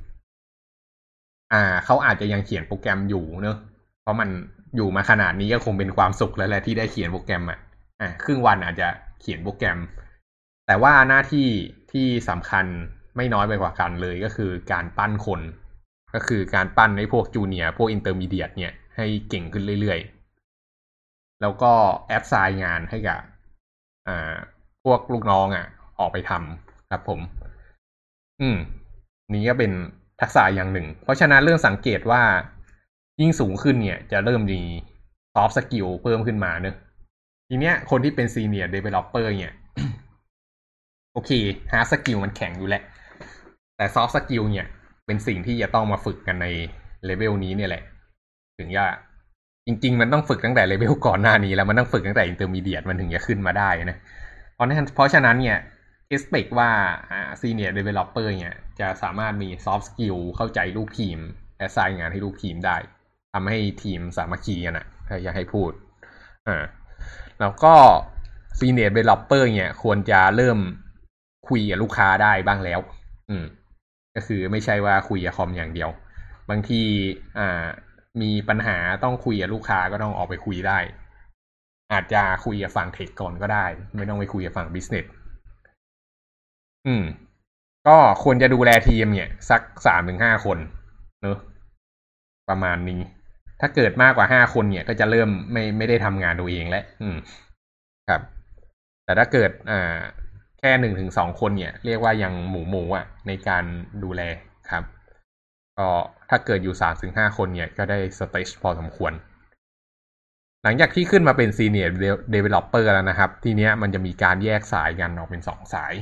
เขาอาจจะยังเขียนโปรแกรมอยู่เนอะเพราะมันอยู่มาขนาดนี้ก็คงเป็นความสุขแล้วแหละที่ได้เขียนโปรแกรมครึ่งวันอาจจะเขียนโปรแกรมแต่ว่าหน้าที่ที่สำคัญไม่น้อยไปกว่ากันเลยก็คือการปั้นคนก็คือการปั้นในพวกจูเนียร์พวกอินเตอร์มีเดียตเนี่ยให้เก่งขึ้นเรื่อยๆแล้วก็แอปไซน์งานให้กับพวกลูกน้องออกไปทำครับผมนี้ก็เป็นทักษะอย่างหนึ่งเพราะฉะนั้นเรื่องสังเกตว่ายิ่งสูงขึ้นเนี่ยจะเริ่มมีซอฟต์สกิลเพิ่มขึ้นมาเนอะทีเนี้ยคนที่เป็นซีเนียร์เดเวลลอปเปอร์เนี่ย โอเคฮาร์ดสกิลมันแข็งอยู่แหละแต่ซอฟต์สกิลเนี่ยเป็นสิ่งที่จะต้องมาฝึกกันในเลเวลนี้เนี่ยแหละถึงจะจริงๆมันต้องฝึกตั้งแต่เลเวลก่อนหน้านี้แล้วมันต้องฝึกตั้งแต่อินเตอร์มีเดียตมันถึงจะขึ้นมาได้นะเพราะฉะนั้นเนี่ยexpect ว่าsenior developer เนี่ยจะสามารถมี soft skill เข้าใจลูกทีม assign งานให้ลูกทีมได้ทำให้ทีมสามัคคีกันถ้าอยากให้พูดแล้วก็ senior developer เนี่ยควรจะเริ่มคุยกับลูกค้าได้บ้างแล้วก็คือไม่ใช่ว่าคุยกับคอมอย่างเดียวบางทีมีปัญหาต้องคุยกับลูกค้าก็ต้องออกไปคุยได้อาจจะคุยกับฝั่งเทคก่อนก็ได้ไม่ต้องไปคุยกับฝั่งบิสเนสก็ควรจะดูแลทีมเนี่ยสัก 3-5 คนเนอะประมาณนี้ถ้าเกิดมากกว่า5 คนเนี่ยก็จะเริ่มไม่ได้ทำงานตัวเองแล้วครับแต่ถ้าเกิดแค่ 1-2 คนเนี่ยเรียกว่ายังหมูในการดูแลครับก็ถ้าเกิดอยู่ 3-5 คนเนี่ยก็ได้สเตจพอสมควรหลังจากที่ขึ้นมาเป็น Senior Developer แล้วนะครับทีเนี้ยมันจะมีการแยกสายกันออกเป็น2 สาย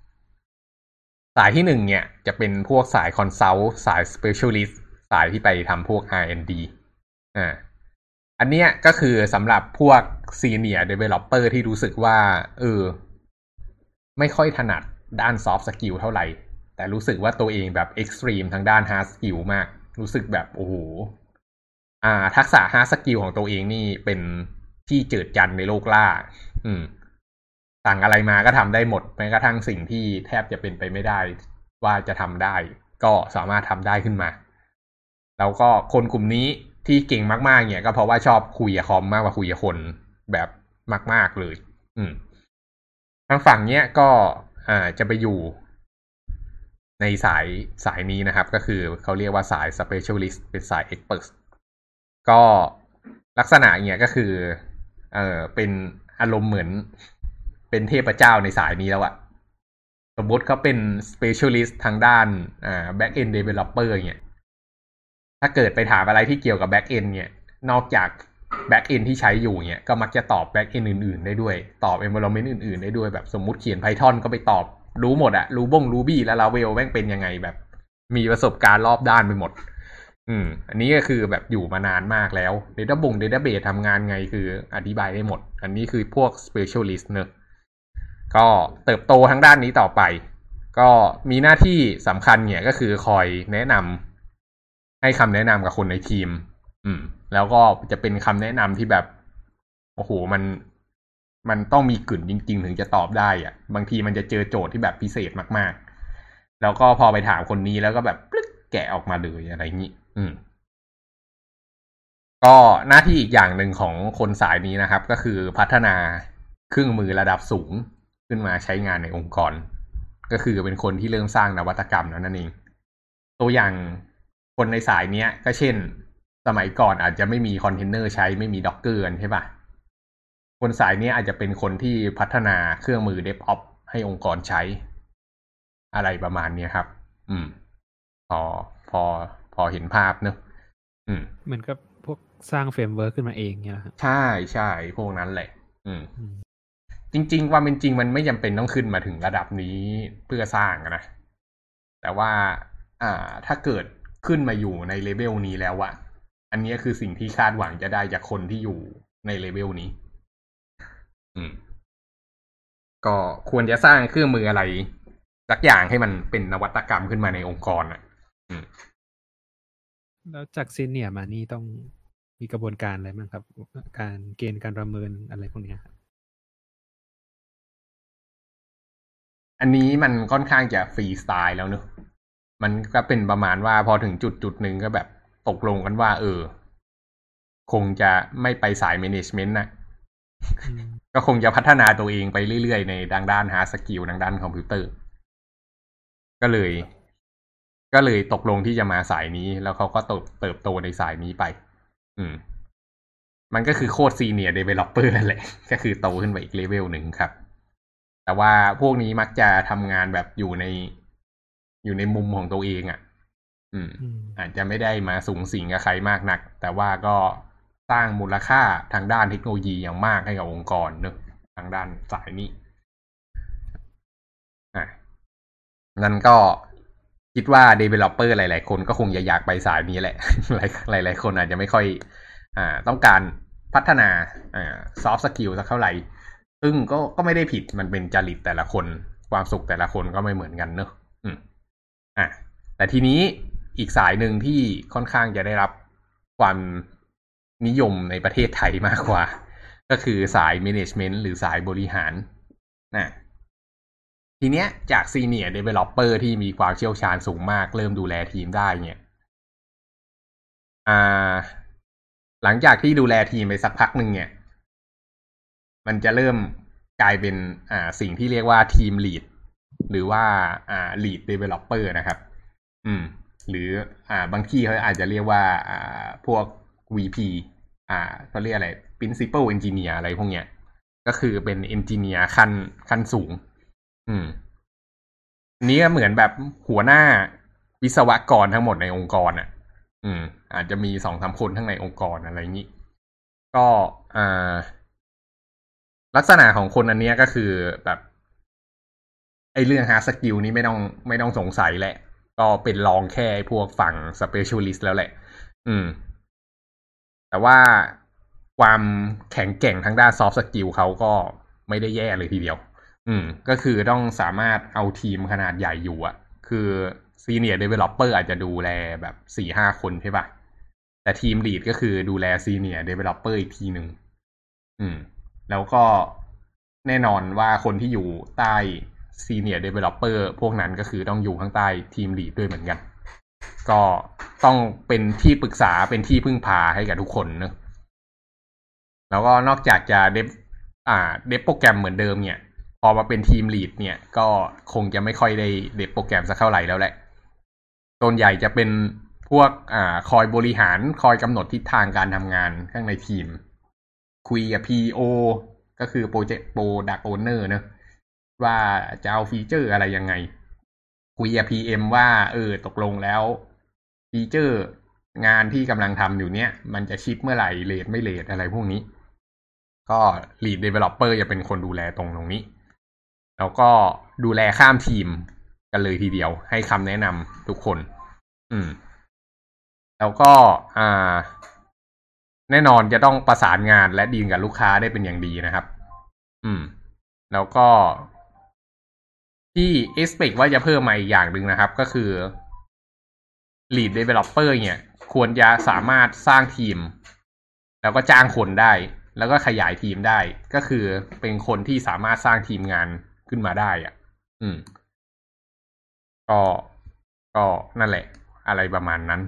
ที่1เนี่ยจะเป็นพวกสาย Consult สาย Specialist สายที่ไปทำพวก R&D อันเนี้ยก็คือสำหรับพวก Senior Developer ที่รู้สึกว่าไม่ค่อยถนัดด้าน Soft Skill เท่าไหร่แต่รู้สึกว่าตัวเองแบบ Extreme ทางด้าน Hard Skill มากรู้สึกแบบโอ้โหทักษะ Hard Skill ของตัวเองนี่เป็นที่เจิดจันในโลกล่าสั่งอะไรมาก็ทำได้หมดแม้กระทั่งสิ่งที่แทบจะเป็นไปไม่ได้ว่าจะทำได้ก็สามารถทำได้ขึ้นมาแล้วก็คนกลุ่มนี้ที่เก่งมากๆเนี่ยก็เพราะว่าชอบคุยกับคอมมากกว่าคุยกับคนแบบมากๆเลยทางฝั่งเนี้ยก็จะไปอยู่ในสายนี้นะครับก็คือเขาเรียกว่าสาย specialist เป็นสาย expert ก็ลักษณะเนี่ยก็คือเป็นอารมณ์เหมือนเป็นเทพเจ้าในสายนี้แล้วอะสมมติเขาเป็น specialist ทางด้านback end developer เนี่ยถ้าเกิดไปถามอะไรที่เกี่ยวกับ back end เนี่ยนอกจาก back end ที่ใช้อยู่เนี่ยก็มักจะตอบ back end อื่นๆได้ด้วยตอบ environment อื่นๆได้ด้วยแบบสมมุติเขียน Python ก็ไปตอบรู้หมดอะรู้Ruby และ Laravel แม่งเป็นยังไงแบบมีประสบการณ์รอบด้านไปหมดอันนี้ก็คือแบบอยู่มานานมากแล้ว database ทำงานไงคืออธิบายได้หมดอันนี้คือพวก specialist เนอะก็เติบโตทางด้านนี้ต่อไปก็มีหน้าที่สำคัญเนี่ยก็คือคอยแนะนำให้คำแนะนำกับคนในทีมแล้วก็จะเป็นคำแนะนำที่แบบโอ้โหมันต้องมีกลิ่นจริงๆถึงจะตอบได้อะบางทีมันจะเจอโจทย์ที่แบบพิเศษมากๆแล้วก็พอไปถามคนนี้แล้วก็แบบแกะออกมาเลยอะไรอย่างนี้ก็หน้าที่อีกอย่างหนึ่งของคนสายนี้นะครับก็คือพัฒนาเครื่องมือระดับสูงขึ้นมาใช้งานในองค์กรก็คือเป็นคนที่เริ่มสร้างนวัตกรรมนั่นเองตัวอย่างคนในสายเนี้ยก็เช่นสมัยก่อนอาจจะไม่มีคอนเทนเนอร์ใช้ไม่มี Docker กันใช่ป่ะคนสายนี้อาจจะเป็นคนที่พัฒนาเครื่องมือ DevOps ให้องค์กรใช้อะไรประมาณนี้ครับพอเห็นภาพเนอะเหมือนกับพวกสร้างเฟรมเวิร์กขึ้นมาเองเนี่ยครับใช่พวกนั้นแหละจริงๆความเป็นจริงมันไม่จำเป็นต้องขึ้นมาถึงระดับนี้เพื่อสร้างนะแต่ว่าถ้าเกิดขึ้นมาอยู่ในเลเวลนี้แล้วอะอันนี้คือสิ่งที่คาดหวังจะได้จากคนที่อยู่ในเลเวลนี้ก็ควรจะสร้างเครื่องมืออะไรสักอย่างให้มันเป็นนวัตกรรมขึ้นมาในองค์กรอ่ะแล้วจากซีเนียร์มานี่ต้องมีกระบวนการอะไรบ้างครับการเกณฑ์การประเมินอะไรพวกนี้ครับอันนี้มันค่อนข้างจะฟรีสไตล์แล้วเนอะมันก็เป็นประมาณว่าพอถึงจุดหนึ่งก็แบบตกลงกันว่าคงจะไม่ไปสายแมネจเมนต์นะก็คงจะพัฒนาตัวเองไปเรื่อยๆในด้านฮาร์ดสกิลด้านคอมพิวเตอร์ก็เลยตกลงที่จะมาสายนี้แล้วเขาก็เติบโตในสายนี้ไปมันก็คือโคตรซีเนียร์เดเวลลอปเปอร์นั่นแหละก็คือโตขึ้นไปอีกเลเวลหนึ่งครับแต่ว่าพวกนี้มักจะทำงานแบบอยู่ในมุมของตัวเองอ่ะอาจจะไม่ได้มาสูงสิงกับใครมากนักแต่ว่าก็สร้างมูลค่าทางด้านเทคโนโลยีอย่างมากให้กับองค์กรเนอะทางด้านสายนี้นั่นก็คิดว่า developer หลายๆคนก็คงอยากไปสายนี้แหละ หลายๆคนอาจจะไม่ค่อยต้องการพัฒนาsoft skill สักเท่าไหร่ซึ่งก็ไม่ได้ผิดมันเป็นจริตแต่ละคนความสุขแต่ละคนก็ไม่เหมือนกันเนอะแต่ทีนี้อีกสายหนึ่งที่ค่อนข้างจะได้รับความนิยมในประเทศไทยมากกว่าก็คือสาย management หรือสายบริหารทีเนี้ยจากซีเนียร์เดเวลลอปเปอร์ที่มีความเชี่ยวชาญสูงมากเริ่มดูแลทีมได้เนี่ยหลังจากที่ดูแลทีมไปสักพักหนึ่งเนี่ยมันจะเริ่มกลายเป็นสิ่งที่เรียกว่าทีมลีดหรือว่าลีดเดเวลลอปเปอร์นะครับหรือบางที่เขาอาจจะเรียกว่าพวก VP เขาเรียกอะไร Principal Engineer อะไรพวกเนี้ยก็คือเป็นเอนจิเนียร์ขั้นสูงนี้ก็เหมือนแบบหัวหน้าวิศวกรทั้งหมดในองค์กรอาจจะมี2-3คนทั้งในองค์กรอะไรอย่างนี้ก็ลักษณะของคนอันนี้ก็คือแบบไอ้เรื่อง hard skill นี้ไม่ต้องสงสัยแหละก็เป็นรองแค่พวกฝั่ง specialist แล้วแหละแต่ว่าความแข็งแกร่งทางด้าน soft skill เขาก็ไม่ได้แย่เลยทีเดียวก็คือต้องสามารถเอาทีมขนาดใหญ่อยู่คือซีเนียร์เดเวลลอปเปอร์อาจจะดูแลแบบ 4-5 คนใช่ป่ะแต่ทีมลีดก็คือดูแลซีเนียร์เดเวลลอปเปอร์อีกทีหนึ่งแล้วก็แน่นอนว่าคนที่อยู่ใต้ซีเนียร์เดเวลลอปเปอร์พวกนั้นก็คือต้องอยู่ข้างใต้ทีมลีดด้วยเหมือนกันก็ต้องเป็นที่ปรึกษาเป็นที่พึ่งพาให้กับทุกคนเนอะแล้วก็นอกจากจะเดฟโปรแกรมเหมือนเดิมเนี่ยพอมาเป็นทีมลีดเนี่ยก็คงจะไม่ค่อยได้เดฟโปรแกรมสักเท่าไหร่แล้วแหละส่วนใหญ่จะเป็นพวกคอยบริหารคอยกำหนดทิศทางการทำงานข้างในทีมคุยกับ PO ก็คือ Product Owner เนอะว่าจะเอาฟีเจอร์อะไรยังไงคุยกับ PM ว่าตกลงแล้วฟีเจอร์งานที่กำลังทำอยู่เนี้ยมันจะชิปเมื่อไหร่เลทไม่เลทอะไรพวกนี้ก็ Lead Developer จะเป็นคนดูแลตรงนี้แล้วก็ดูแลข้ามทีมกันเลยทีเดียวให้คำแนะนำทุกคนแล้วก็แน่นอนจะต้องประสานงานและดีลกับลูกค้าได้เป็นอย่างดีนะครับแล้วก็ที่ expect ว่าจะเพิ่มมาอีกอย่างหนึ่งนะครับก็คือ Lead Developer เนี่ยควรจะสามารถสร้างทีมแล้วก็จ้างคนได้แล้วก็ขยายทีมได้ก็คือเป็นคนที่สามารถสร้างทีมงานขึ้นมาได้ก็นั่นแหละอะไรประมาณนั้น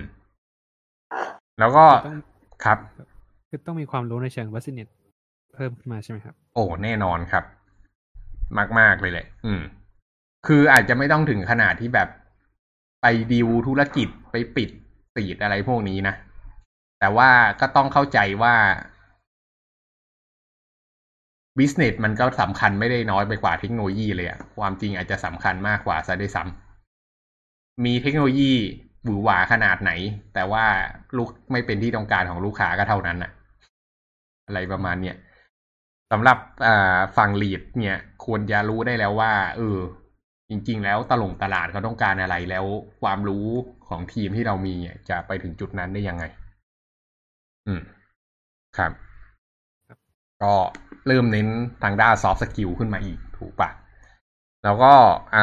แล้วก็ครับคือต้องมีความรู้ในเชิง business เพิ่มขึ้นมาใช่ไหมครับโอ้แน่นอนครับมากๆเลยแหละคืออาจจะไม่ต้องถึงขนาดที่แบบไปดีลธุรกิจไปปิดซีดอะไรพวกนี้นะแต่ว่าก็ต้องเข้าใจว่าบิสเนสมันก็สำคัญไม่ได้น้อยไปกว่าเทคโนโลยีเลยความจริงอาจจะสำคัญมากกว่าซะด้วยซ้ำมีเทคโนโลยีหวือหวาขนาดไหนแต่ว่าลูกไม่เป็นที่ต้องการของลูกค้าก็เท่านั้นอะไรประมาณเนี้ยสำหรับฝั่งลีดเนี่ยควรจะรู้ได้แล้วว่าจริงๆแล้วตลาดเขาต้องการอะไรแล้วความรู้ของทีมที่เรามีเนี่ยจะไปถึงจุดนั้นได้ยังไงครับก็เริ่มเน้นทางด้าน soft skill ขึ้นมาอีกถูกปะแล้วก็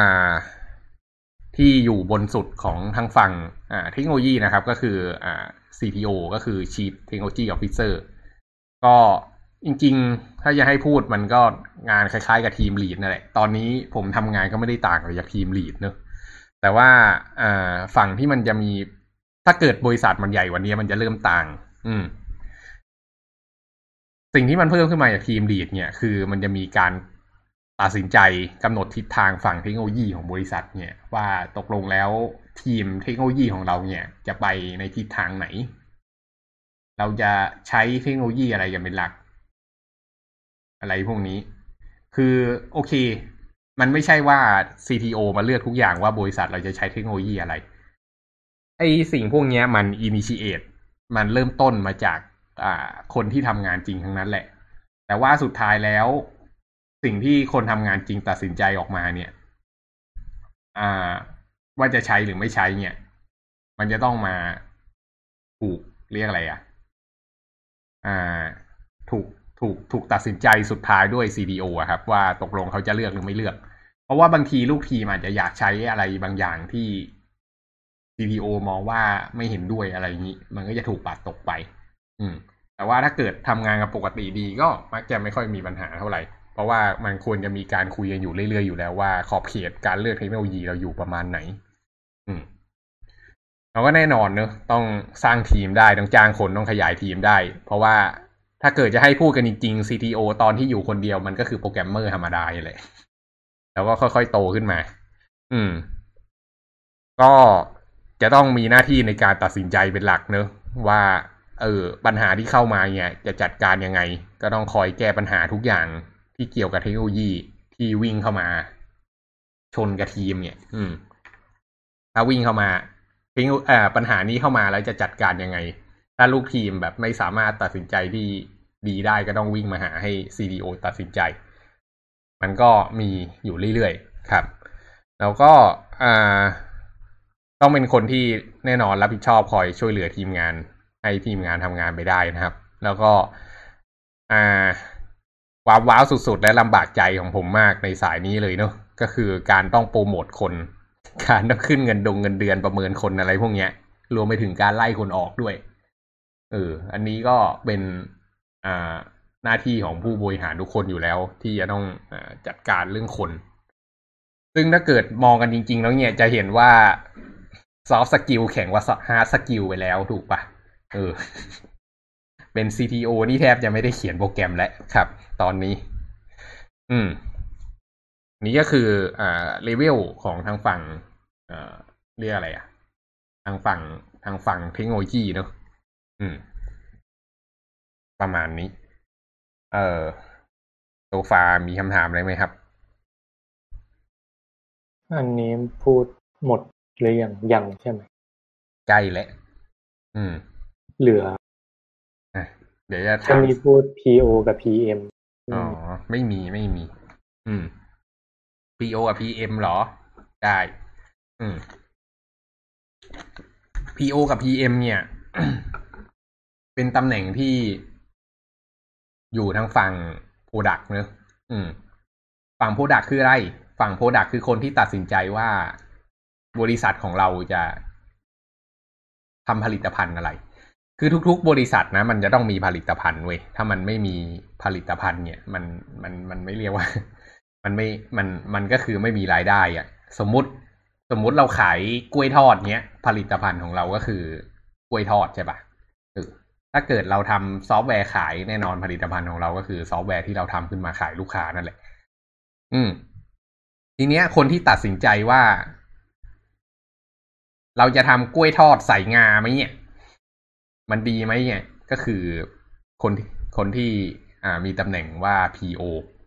ที่อยู่บนสุดของทางฝั่งเทคโนโลยีนะครับก็คือCTO ก็คือ Chief Technology Officer ก็จริงๆถ้าจะให้พูดมันก็งานคล้ายๆกับทีมลีดนั่นแหละตอนนี้ผมทำงานก็ไม่ได้ต่างอะไรจากทีมลีดเนอะแต่ว่าฝั่งที่มันจะมีถ้าเกิดบริษัทมันใหญ่กว่านี้มันจะเริ่มต่างสิ่งที่มันเพิ่มขึ้นมาจากทีมลีดเนี่ยคือมันจะมีการตัดสินใจกำหนดทิศทางฝั่งเทคโนโลยีของบริษัทเนี่ยว่าตกลงแล้วทีมเทคโนโลยีของเราเนี่ยจะไปในทิศทางไหนเราจะใช้เทคโนโลยีอะไรกันเป็นหลักอะไรพวกนี้คือโอเคมันไม่ใช่ว่า CTO มาเลือกทุกอย่างว่าบริษัทเราจะใช้เทคโนโลยีอะไรไอสิ่งพวกนี้มัน initiate มันเริ่มต้นมาจากคนที่ทำงานจริงทั้งนั้นแหละแต่ว่าสุดท้ายแล้วสิ่งที่คนทำงานจริงตัดสินใจออกมาเนี่ยว่าจะใช้หรือไม่ใช้เนี่ยมันจะต้องมาถูกเรียกอะไรถูกถูกตัดสินใจสุดท้ายด้วย CDO อะครับว่าตกลงเขาจะเลือกหรือไม่เลือกเพราะว่าบางทีลูกทีมอาจจะอยากใช้อะไรบางอย่างที่ CDO มองว่าไม่เห็นด้วยอะไรอย่างนี้มันก็จะถูกปัดตกไปแต่ว่าถ้าเกิดทำงานกับปกติดีก็มักจะไม่ค่อยมีปัญหาเท่าไหร่เพราะว่ามันควรจะมีการคุยกันอยู่เรื่อยๆอยู่แล้วว่าขอบเขตการเลือกเทคโนโลยีเราอยู่ประมาณไหนเราก็แน่นอนเนอะต้องสร้างทีมได้ต้องจ้างคนต้องขยายทีมได้เพราะว่าถ้าเกิดจะให้พูดกันจริงๆ CTO ตอนที่อยู่คนเดียวมันก็คือโปรแกรมเมอร์ธรรมดาแหละแล้วก็ค่อยๆโตขึ้นมาก็จะต้องมีหน้าที่ในการตัดสินใจเป็นหลักเนอะว่าปัญหาที่เข้ามาเนี่ยจะจัดการยังไงก็ต้องคอยแก้ปัญหาทุกอย่างที่เกี่ยวกับเทคโนโลยีที่วิ่งเข้ามาชนกับทีมเนี่ยถ้าวิ่งเข้ามาปัญหานี้เข้ามาแล้วจะจัดการยังไงถ้าลูกทีมแบบไม่สามารถตัดสินใจที่ดีได้ก็ต้องวิ่งมาหาให้ CDO ตัดสินใจมันก็มีอยู่เรื่อยๆครับแล้วก็ต้องเป็นคนที่แน่นอนรับผิดชอบคอยช่วยเหลือทีมงานให้ทีมงานทำงานไปได้นะครับแล้วก็ว้าวสุดๆและลำบากใจของผมมากในสายนี้เลยเนอะก็คือการต้องโปรโมทคนการต้องขึ้นเงินเดือนประเมินคนอะไรพวกเนี้ยรวมไปถึงการไล่คนออกด้วยอันนี้ก็เป็นหน้าที่ของผู้บริหารทุกคนอยู่แล้วที่จะต้องจัดการเรื่องคนซึ่งถ้าเกิดมองกันจริงๆแล้วเนี่ยจะเห็นว่าซอฟต์สกิลแข่งว่าฮาร์ดสกิลไปแล้วถูกปะเป็น CTO นี่แทบจะไม่ได้เขียนโปรแกรมแล้วครับตอนนี้นี่ก็คือเลเวลของทางฝั่งเรียกอะไรทางฝั่งเทคโนโลยีเนอะประมาณนี้โซฟามีคำถามอะไรไหมครับอันนี้พูดหมดหรือยังใช่ไหมใกล้แล้วเหลือเดี๋ยวจะมีพูด PO กับ PM ไม่มีPO กับ PM หรอได้PO กับ PM เนี่ย เป็นตำแหน่งที่อยู่ทางฝั่ง Product เนอะฝั่ง Product คืออะไรฝั่ง Product คือคนที่ตัดสินใจว่าบริษัทของเราจะทำผลิตภัณฑ์อะไรคือทุกๆบริษัทนะมันจะต้องมีผลิตภัณฑ์เว้ยถ้ามันไม่มีผลิตภัณฑ์เนี่ยมันไม่เรียกว่ามันก็คือไม่มีรายได้อ่ะสมมุติเราขายกล้วยทอดเนี้ยผลิตภัณฑ์ของเราก็คือกล้วยทอดใช่ปะถ้าเกิดเราทำซอฟต์แวร์ขายแน่นอนผลิตภัณฑ์ของเราก็คือซอฟต์แวร์ที่เราทำขึ้นมาขายลูกค้านั่นแหละทีเนี้ยคนที่ตัดสินใจว่าเราจะทำกล้วยทอดใส่งาไหมเนี่ยมันดีไหมเนี่ยก็คือคนที่มีตำแหน่งว่า PO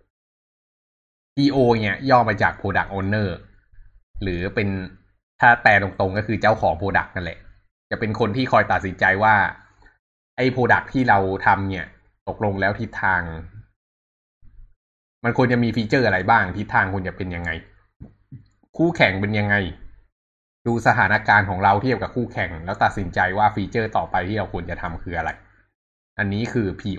เนี่ยย่อมาจาก Product Owner หรือเป็นถ้าแปลตรงๆก็คือเจ้าของ Product นั่นแหละจะเป็นคนที่คอยตัดสินใจว่าไอ้ Product ที่เราทำเนี่ยตกลงแล้วทิศทางมันควรจะมีฟีเจอร์อะไรบ้างทิศทางควรจะเป็นยังไงคู่แข่งเป็นยังไงดูสถานการณ์ของเราเทียบกับคู่แข่งแล้วตัดสินใจว่าฟีเจอร์ต่อไปที่เราควรจะทำคืออะไรอันนี้คือ PO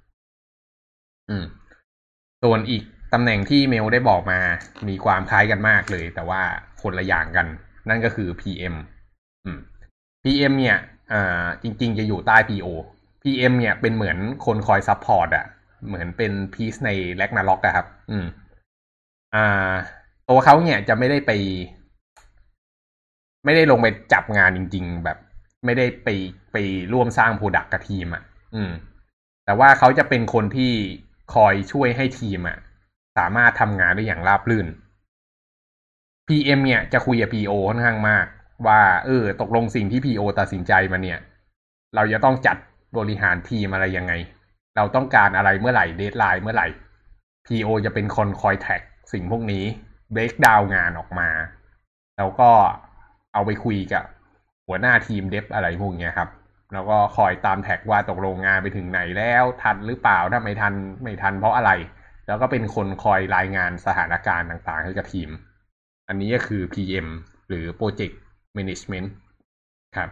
ส่วนอีกตำแหน่งที่เมลได้บอกมามีความคล้ายกันมากเลยแต่ว่าคนละอย่างกันนั่นก็คือ PM PM เนี่ยจริงๆจะอยู่ใต้ PO PM เนี่ยเป็นเหมือนคนคอยซัพพอร์ตเหมือนเป็นพีซในแร็กนาร็อกอะครับตัวเขาเนี่ยจะไม่ได้ลงไปจับงานจริงๆแบบไม่ได้ไปร่วมสร้างโปรดักต์กับทีมแต่ว่าเขาจะเป็นคนที่คอยช่วยให้ทีมสามารถทำงานได้อย่างราบรื่น PM เนี่ยจะคุยกับ PO ค่อนข้างมากว่าตกลงสิ่งที่ PO ตัดสินใจมาเนี่ยเราจะต้องจัดบริหารทีมอะไรยังไงเราต้องการอะไรเมื่อไหร่เดดไลน์เมื่อไหร่ PO จะเป็นคนคอยแท็กสิ่งพวกนี้เบรกดาวน์งานออกมาแล้วก็เอาไปคุยกับหัวหน้าทีมเดฟอะไรพวกนี้ครับแล้วก็คอยตามแท็กว่าตกลงงานไปถึงไหนแล้วทันหรือเปล่าถ้าไม่ทันเพราะอะไรแล้วก็เป็นคนคอยรายงานสถานการณ์ต่างๆให้กับทีมอันนี้ก็คือ PM หรือ Project Management ครับ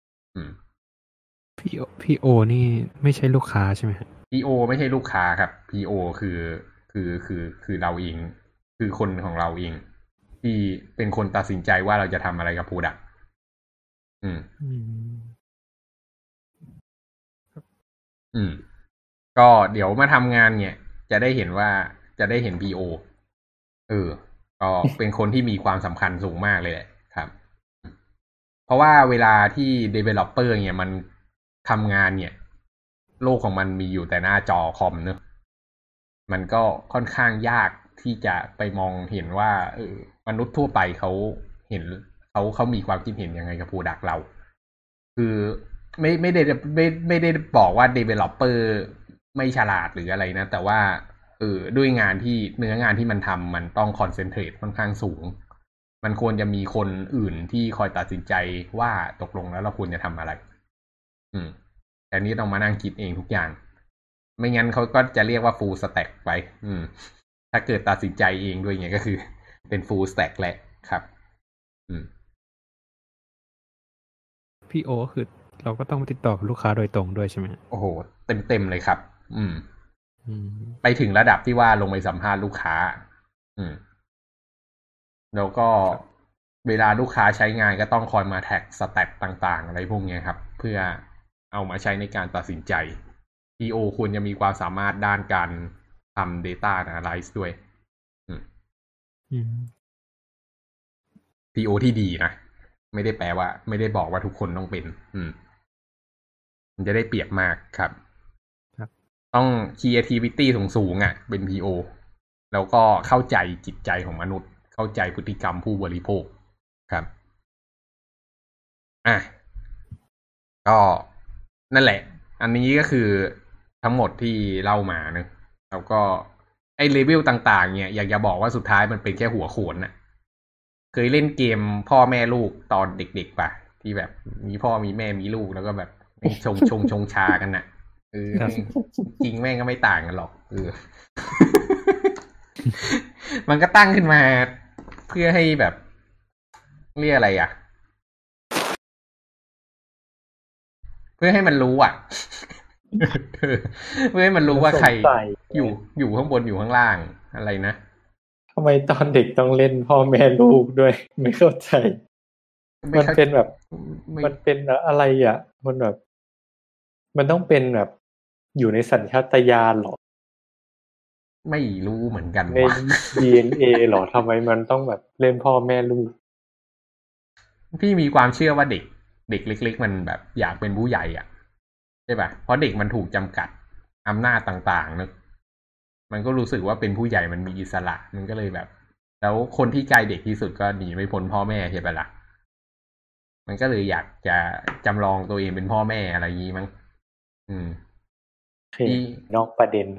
PO นี่ไม่ใช่ลูกค้าใช่ไหมครับ PO ไม่ใช่ลูกค้าครับ PO คือเราเองคือคนของเราเองที่เป็นคนตัดสินใจว่าเราจะทำอะไรกับ Product ก็เดี๋ยวมาทำงานเนี่ยจะได้เห็นว่าจะได้เห็น PO ก็เป็นคนที่มีความสำคัญสูงมากเลยแหละครับเพราะว่าเวลาที่ developer เนี่ยมันทำงานเนี่ยโลกของมันมีอยู่แต่หน้าจอคอมเนอะมันก็ค่อนข้างยากที่จะไปมองเห็นว่ามนุษย์ทั่วไปเขาเห็นเขามีความคิดเห็นยังไงกับ product เราคือไม่ได้บอกว่า developer ไม่ฉลาดหรืออะไรนะแต่ว่าด้วยงานที่เนื้องานที่มันทำมันต้องคอนเซนเทรตค่อนข้างสูงมันควรจะมีคนอื่นที่คอยตัดสินใจว่าตกลงแล้วเราควรจะทำอะไรแต่นี้ต้องมานั่งคิดเองทุกอย่างไม่งั้นเขาก็จะเรียกว่า full stack ไปถ้าเกิดตัดสินใจเองด้วยเงี้ยก็คือเป็น full stack แหละครับ PO คือเราก็ต้องติดต่อกับลูกค้าโดยตรงด้วยใช่ไหมโอ้โหเต็มเลยครับไปถึงระดับที่ว่าลงไปสัมภาษณ์ลูกค้าแล้วก็เวลาลูกค้าใช้งานก็ต้องคอยมาแท็กสแตทต่างๆอะไรพวกนี้ครับเพื่อเอามาใช้ในการตัดสินใจ PO ควรจะมีความสามารถด้านการทำ data analysis ด้วยPO ที่ดีนะไม่ได้แปลว่าไม่ได้บอกว่าทุกคนต้องเป็นมันจะได้เปรียบมากครับต้อง creativity สูงเป็น PO แล้วก็เข้าใจจิตใจของมนุษย์เข้าใจพฤติกรรมผู้บริโภคครับก็นั่นแหละอันนี้ก็คือทั้งหมดที่เล่ามานะแล้วก็ไอ้เลเวลต่างๆเนี่ยอยากจะบอกว่าสุดท้ายมันเป็นแค่หัวโขนน่ะเคยเล่นเกมพ่อแม่ลูกตอนเด็กๆป่ะที่แบบมีพ่อมีแม่มีลูกแล้วก็แบบชงชากันน่ะจริงแม่งก็ไม่ต่างกันหรอกมันก็ตั้งขึ้นมาเพื่อให้แบบเรียกอะไรเพื่อให้มันรู้เพื่อให้มันรู้ว่าใครอยู่ข้างบนอยู่ข้างล่างอะไรนะทำไมตอนเด็กต้องเล่นพ่อแม่ลูกด้วยไม่เข้าใจมันเป็นแบบมันเป็นอะไรมันแบบมันต้องเป็นแบบอยู่ในสัญชาตญาณหรอไม่รู้เหมือนกันใน DNA หรอทำไมมันต้องแบบเล่นพ่อแม่ลูกพี่มีความเชื่อว่าเด็กเล็กๆมันแบบอยากเป็นผู้ใหญ่ใช่ป่ะเพราะเด็กมันถูกจำกัดอำนาจต่างๆนึกมันก็รู้สึกว่าเป็นผู้ใหญ่มันมีอิสระมันก็เลยแบบแล้วคนที่ใกล้เด็กที่สุดก็หนีไม่พ้นพ่อแม่ใช่ป่ะล่ะมันก็เลยอยากจะจำลองตัวเองเป็นพ่อแม่อะไรอย่างนี้มั้งที่นอกประเด็น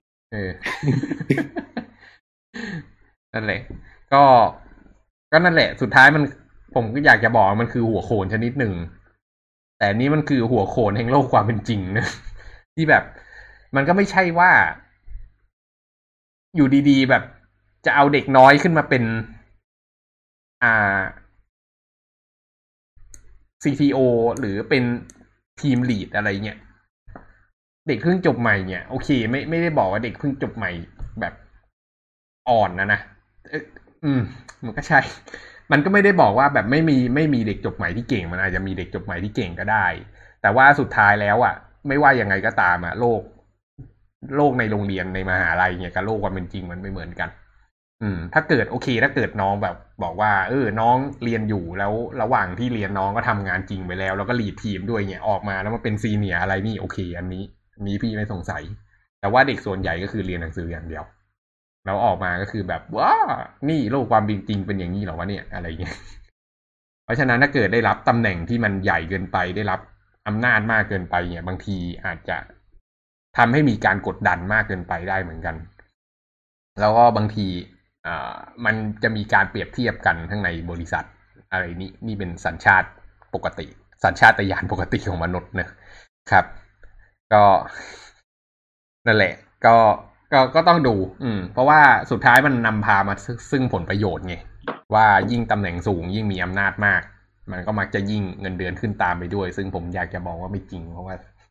นั่นแหละก็นั่นแหละสุดท้ายมันผมก็อยากจะบอกมันคือหัวโขนชนิดหนึ่งแต่นี่มันคือหัวโขนแห่งโลกความเป็นจริงนะที่แบบมันก็ไม่ใช่ว่าอยู่ดีๆแบบจะเอาเด็กน้อยขึ้นมาเป็นCTO หรือเป็นทีมลีดอะไรเงี้ยเด็กเพิ่งจบใหม่เนี่ยโอเคไม่ได้บอกว่าเด็กเพิ่งจบใหม่แบบอ่อนนะมันก็ใช่มันก็ไม่ได้บอกว่าแบบไม่มีเด็กจบใหม่ที่เก่งมันอาจจะมีเด็กจบใหม่ที่เก่งก็ได้แต่ว่าสุดท้ายแล้วไม่ว่ายังไงก็ตามโลกในโรงเรียนในมหาลัยเนี่ยกับโลกความเป็นจริงมันไม่เหมือนกันถ้าเกิดโอเคถ้าเกิดน้องแบบบอกว่าน้องเรียนอยู่แล้วระหว่างที่เรียนน้องก็ทำงานจริงไปแล้วก็ลีดทีมด้วยเนี่ยออกมาแล้วมาเป็นซีเนียร์อะไรนี่โอเคอันนี้พี่ไม่สงสัยแต่ว่าเด็กส่วนใหญ่ก็คือเรียนหนังสืออย่างเดียวแล้วออกมาก็คือแบบว้านี่โลกความเป็นจริงเป็นอย่างนี้เหรอวะเนี่ยอะไรเงี้ยเพราะฉะนั้นถ้าเกิดได้รับตำแหน่งที่มันใหญ่เกินไปได้รับอำนาจมากเกินไปเนี่ยบางทีอาจจะทำให้มีการกดดันมากเกินไปได้เหมือนกันแล้วก็บางทีมันจะมีการเปรียบเทียบกันข้างในบริษัทอะไรนี่เป็นสัญชาติปกติสัญชาตญาณปกติของมนุษย์นะครับ ก็นั่นแหละก็ต้องดูเพราะว่าสุดท้ายมันนำพามาซึ่งผลประโยชน์ไงว่ายิ่งตำแหน่งสูงยิ่งมีอำนาจมากมันก็มักจะยิ่งเงินเดือนขึ้นตามไปด้วยซึ่งผมอยากจะบอกว่าไม่จริงเพราะว่า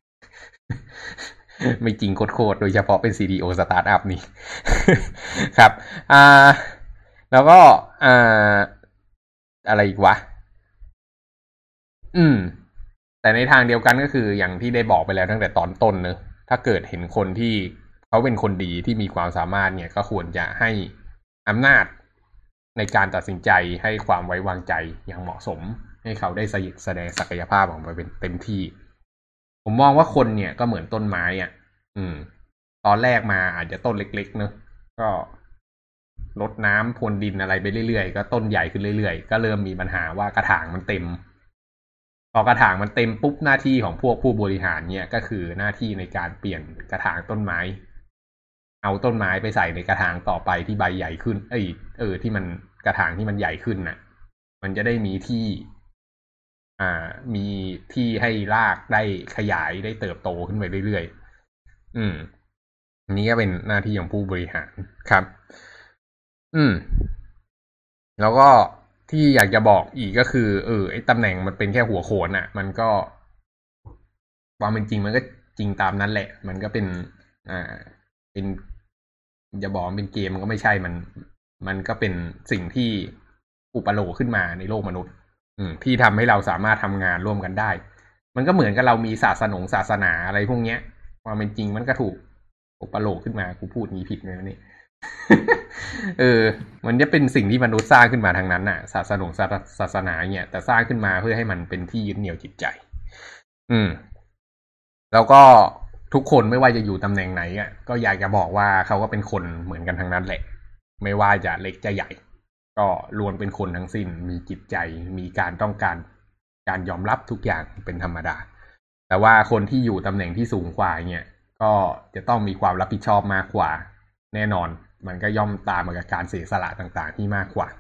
ไม่จริงโคตรโดยเฉพาะเป็น CDO สตาร์ทอัพนี่ ครับแล้วก็อะไรอีกวะแต่ในทางเดียวกันก็คืออย่างที่ได้บอกไปแล้วตั้งแต่ตอนต้นเนอะถ้าเกิดเห็นคนที่เขาเป็นคนดีที่มีความสามารถเนี่ยก็ควรจะให้อำนาจในการตัดสินใจให้ความไว้วางใจอย่างเหมาะสมให้เขาได้แสดงศักยภาพออกมาเป็นเต็มที่ผมมองว่าคนเนี่ยก็เหมือนต้นไม้อ่ะตอนแรกมาอาจจะต้นเล็กๆเนอะก็รดน้ำพรวนดินอะไรไปเรื่อยๆก็ต้นใหญ่ขึ้นเรื่อยๆก็เริ่มมีปัญหาว่ากระถางมันเต็มพอกระถางมันเต็มปุ๊บหน้าที่ของพวกผู้บริหารเนี่ยก็คือหน้าที่ในการเปลี่ยนกระถางต้นไม้เอาต้นไม้ไปใส่ในกระถางต่อไปที่ใบใหญ่ขึ้นที่มันกระถางที่มันใหญ่ขึ้นน่ะมันจะได้มีที่มีที่ให้รากได้ขยายได้เติบโตขึ้นไปเรื่อยๆนี้ก็เป็นหน้าที่ของผู้บริหารครับแล้วก็ที่อยากจะบอกอีกก็คือไอ้ตำแหน่งมันเป็นแค่หัวโขนอ่ะมันก็ความเป็นจริงมันก็จริงตามนั้นแหละมันก็เป็นเป็นจะบอกเป็นเกมมันก็ไม่ใช่มันก็เป็นสิ่งที่อุปโลกขึ้นมาในโลกมนุษย์ที่ทำให้เราสามารถทำงานร่วมกันได้มันก็เหมือนกับเรามีศาสนาอะไรพวกเนี้ยความเป็นจริงมันก็ถูกอุปโลกขึ้นมากูพูดงี้ผิดไหมนี่ มันจะเป็นสิ่งที่มนุษย์สร้างขึ้นมาทางนั้นน่ะศาสนาเนี่ยแต่สร้างขึ้นมาเพื่อให้มันเป็นที่ยึดเหนี่ยวจิตใจแล้วก็ทุกคนไม่ว่าจะอยู่ตำแหน่งไหนอ่ะก็อยากจะบอกว่าเขาก็เป็นคนเหมือนกันทั้งนั้นแหละไม่ว่าจะเล็กจะใหญ่ก็ล้วนเป็นคนทั้งสิ้นมีจิตใจมีการต้องการยอมรับทุกอย่างเป็นธรรมดาแต่ว่าคนที่อยู่ตำแหน่งที่สูงกว่าเนี่ยก็จะต้องมีความรับผิดชอบมากกว่าแน่นอนมันก็ย่อมตามมากับการเสียสละต่างๆที่มากกว่า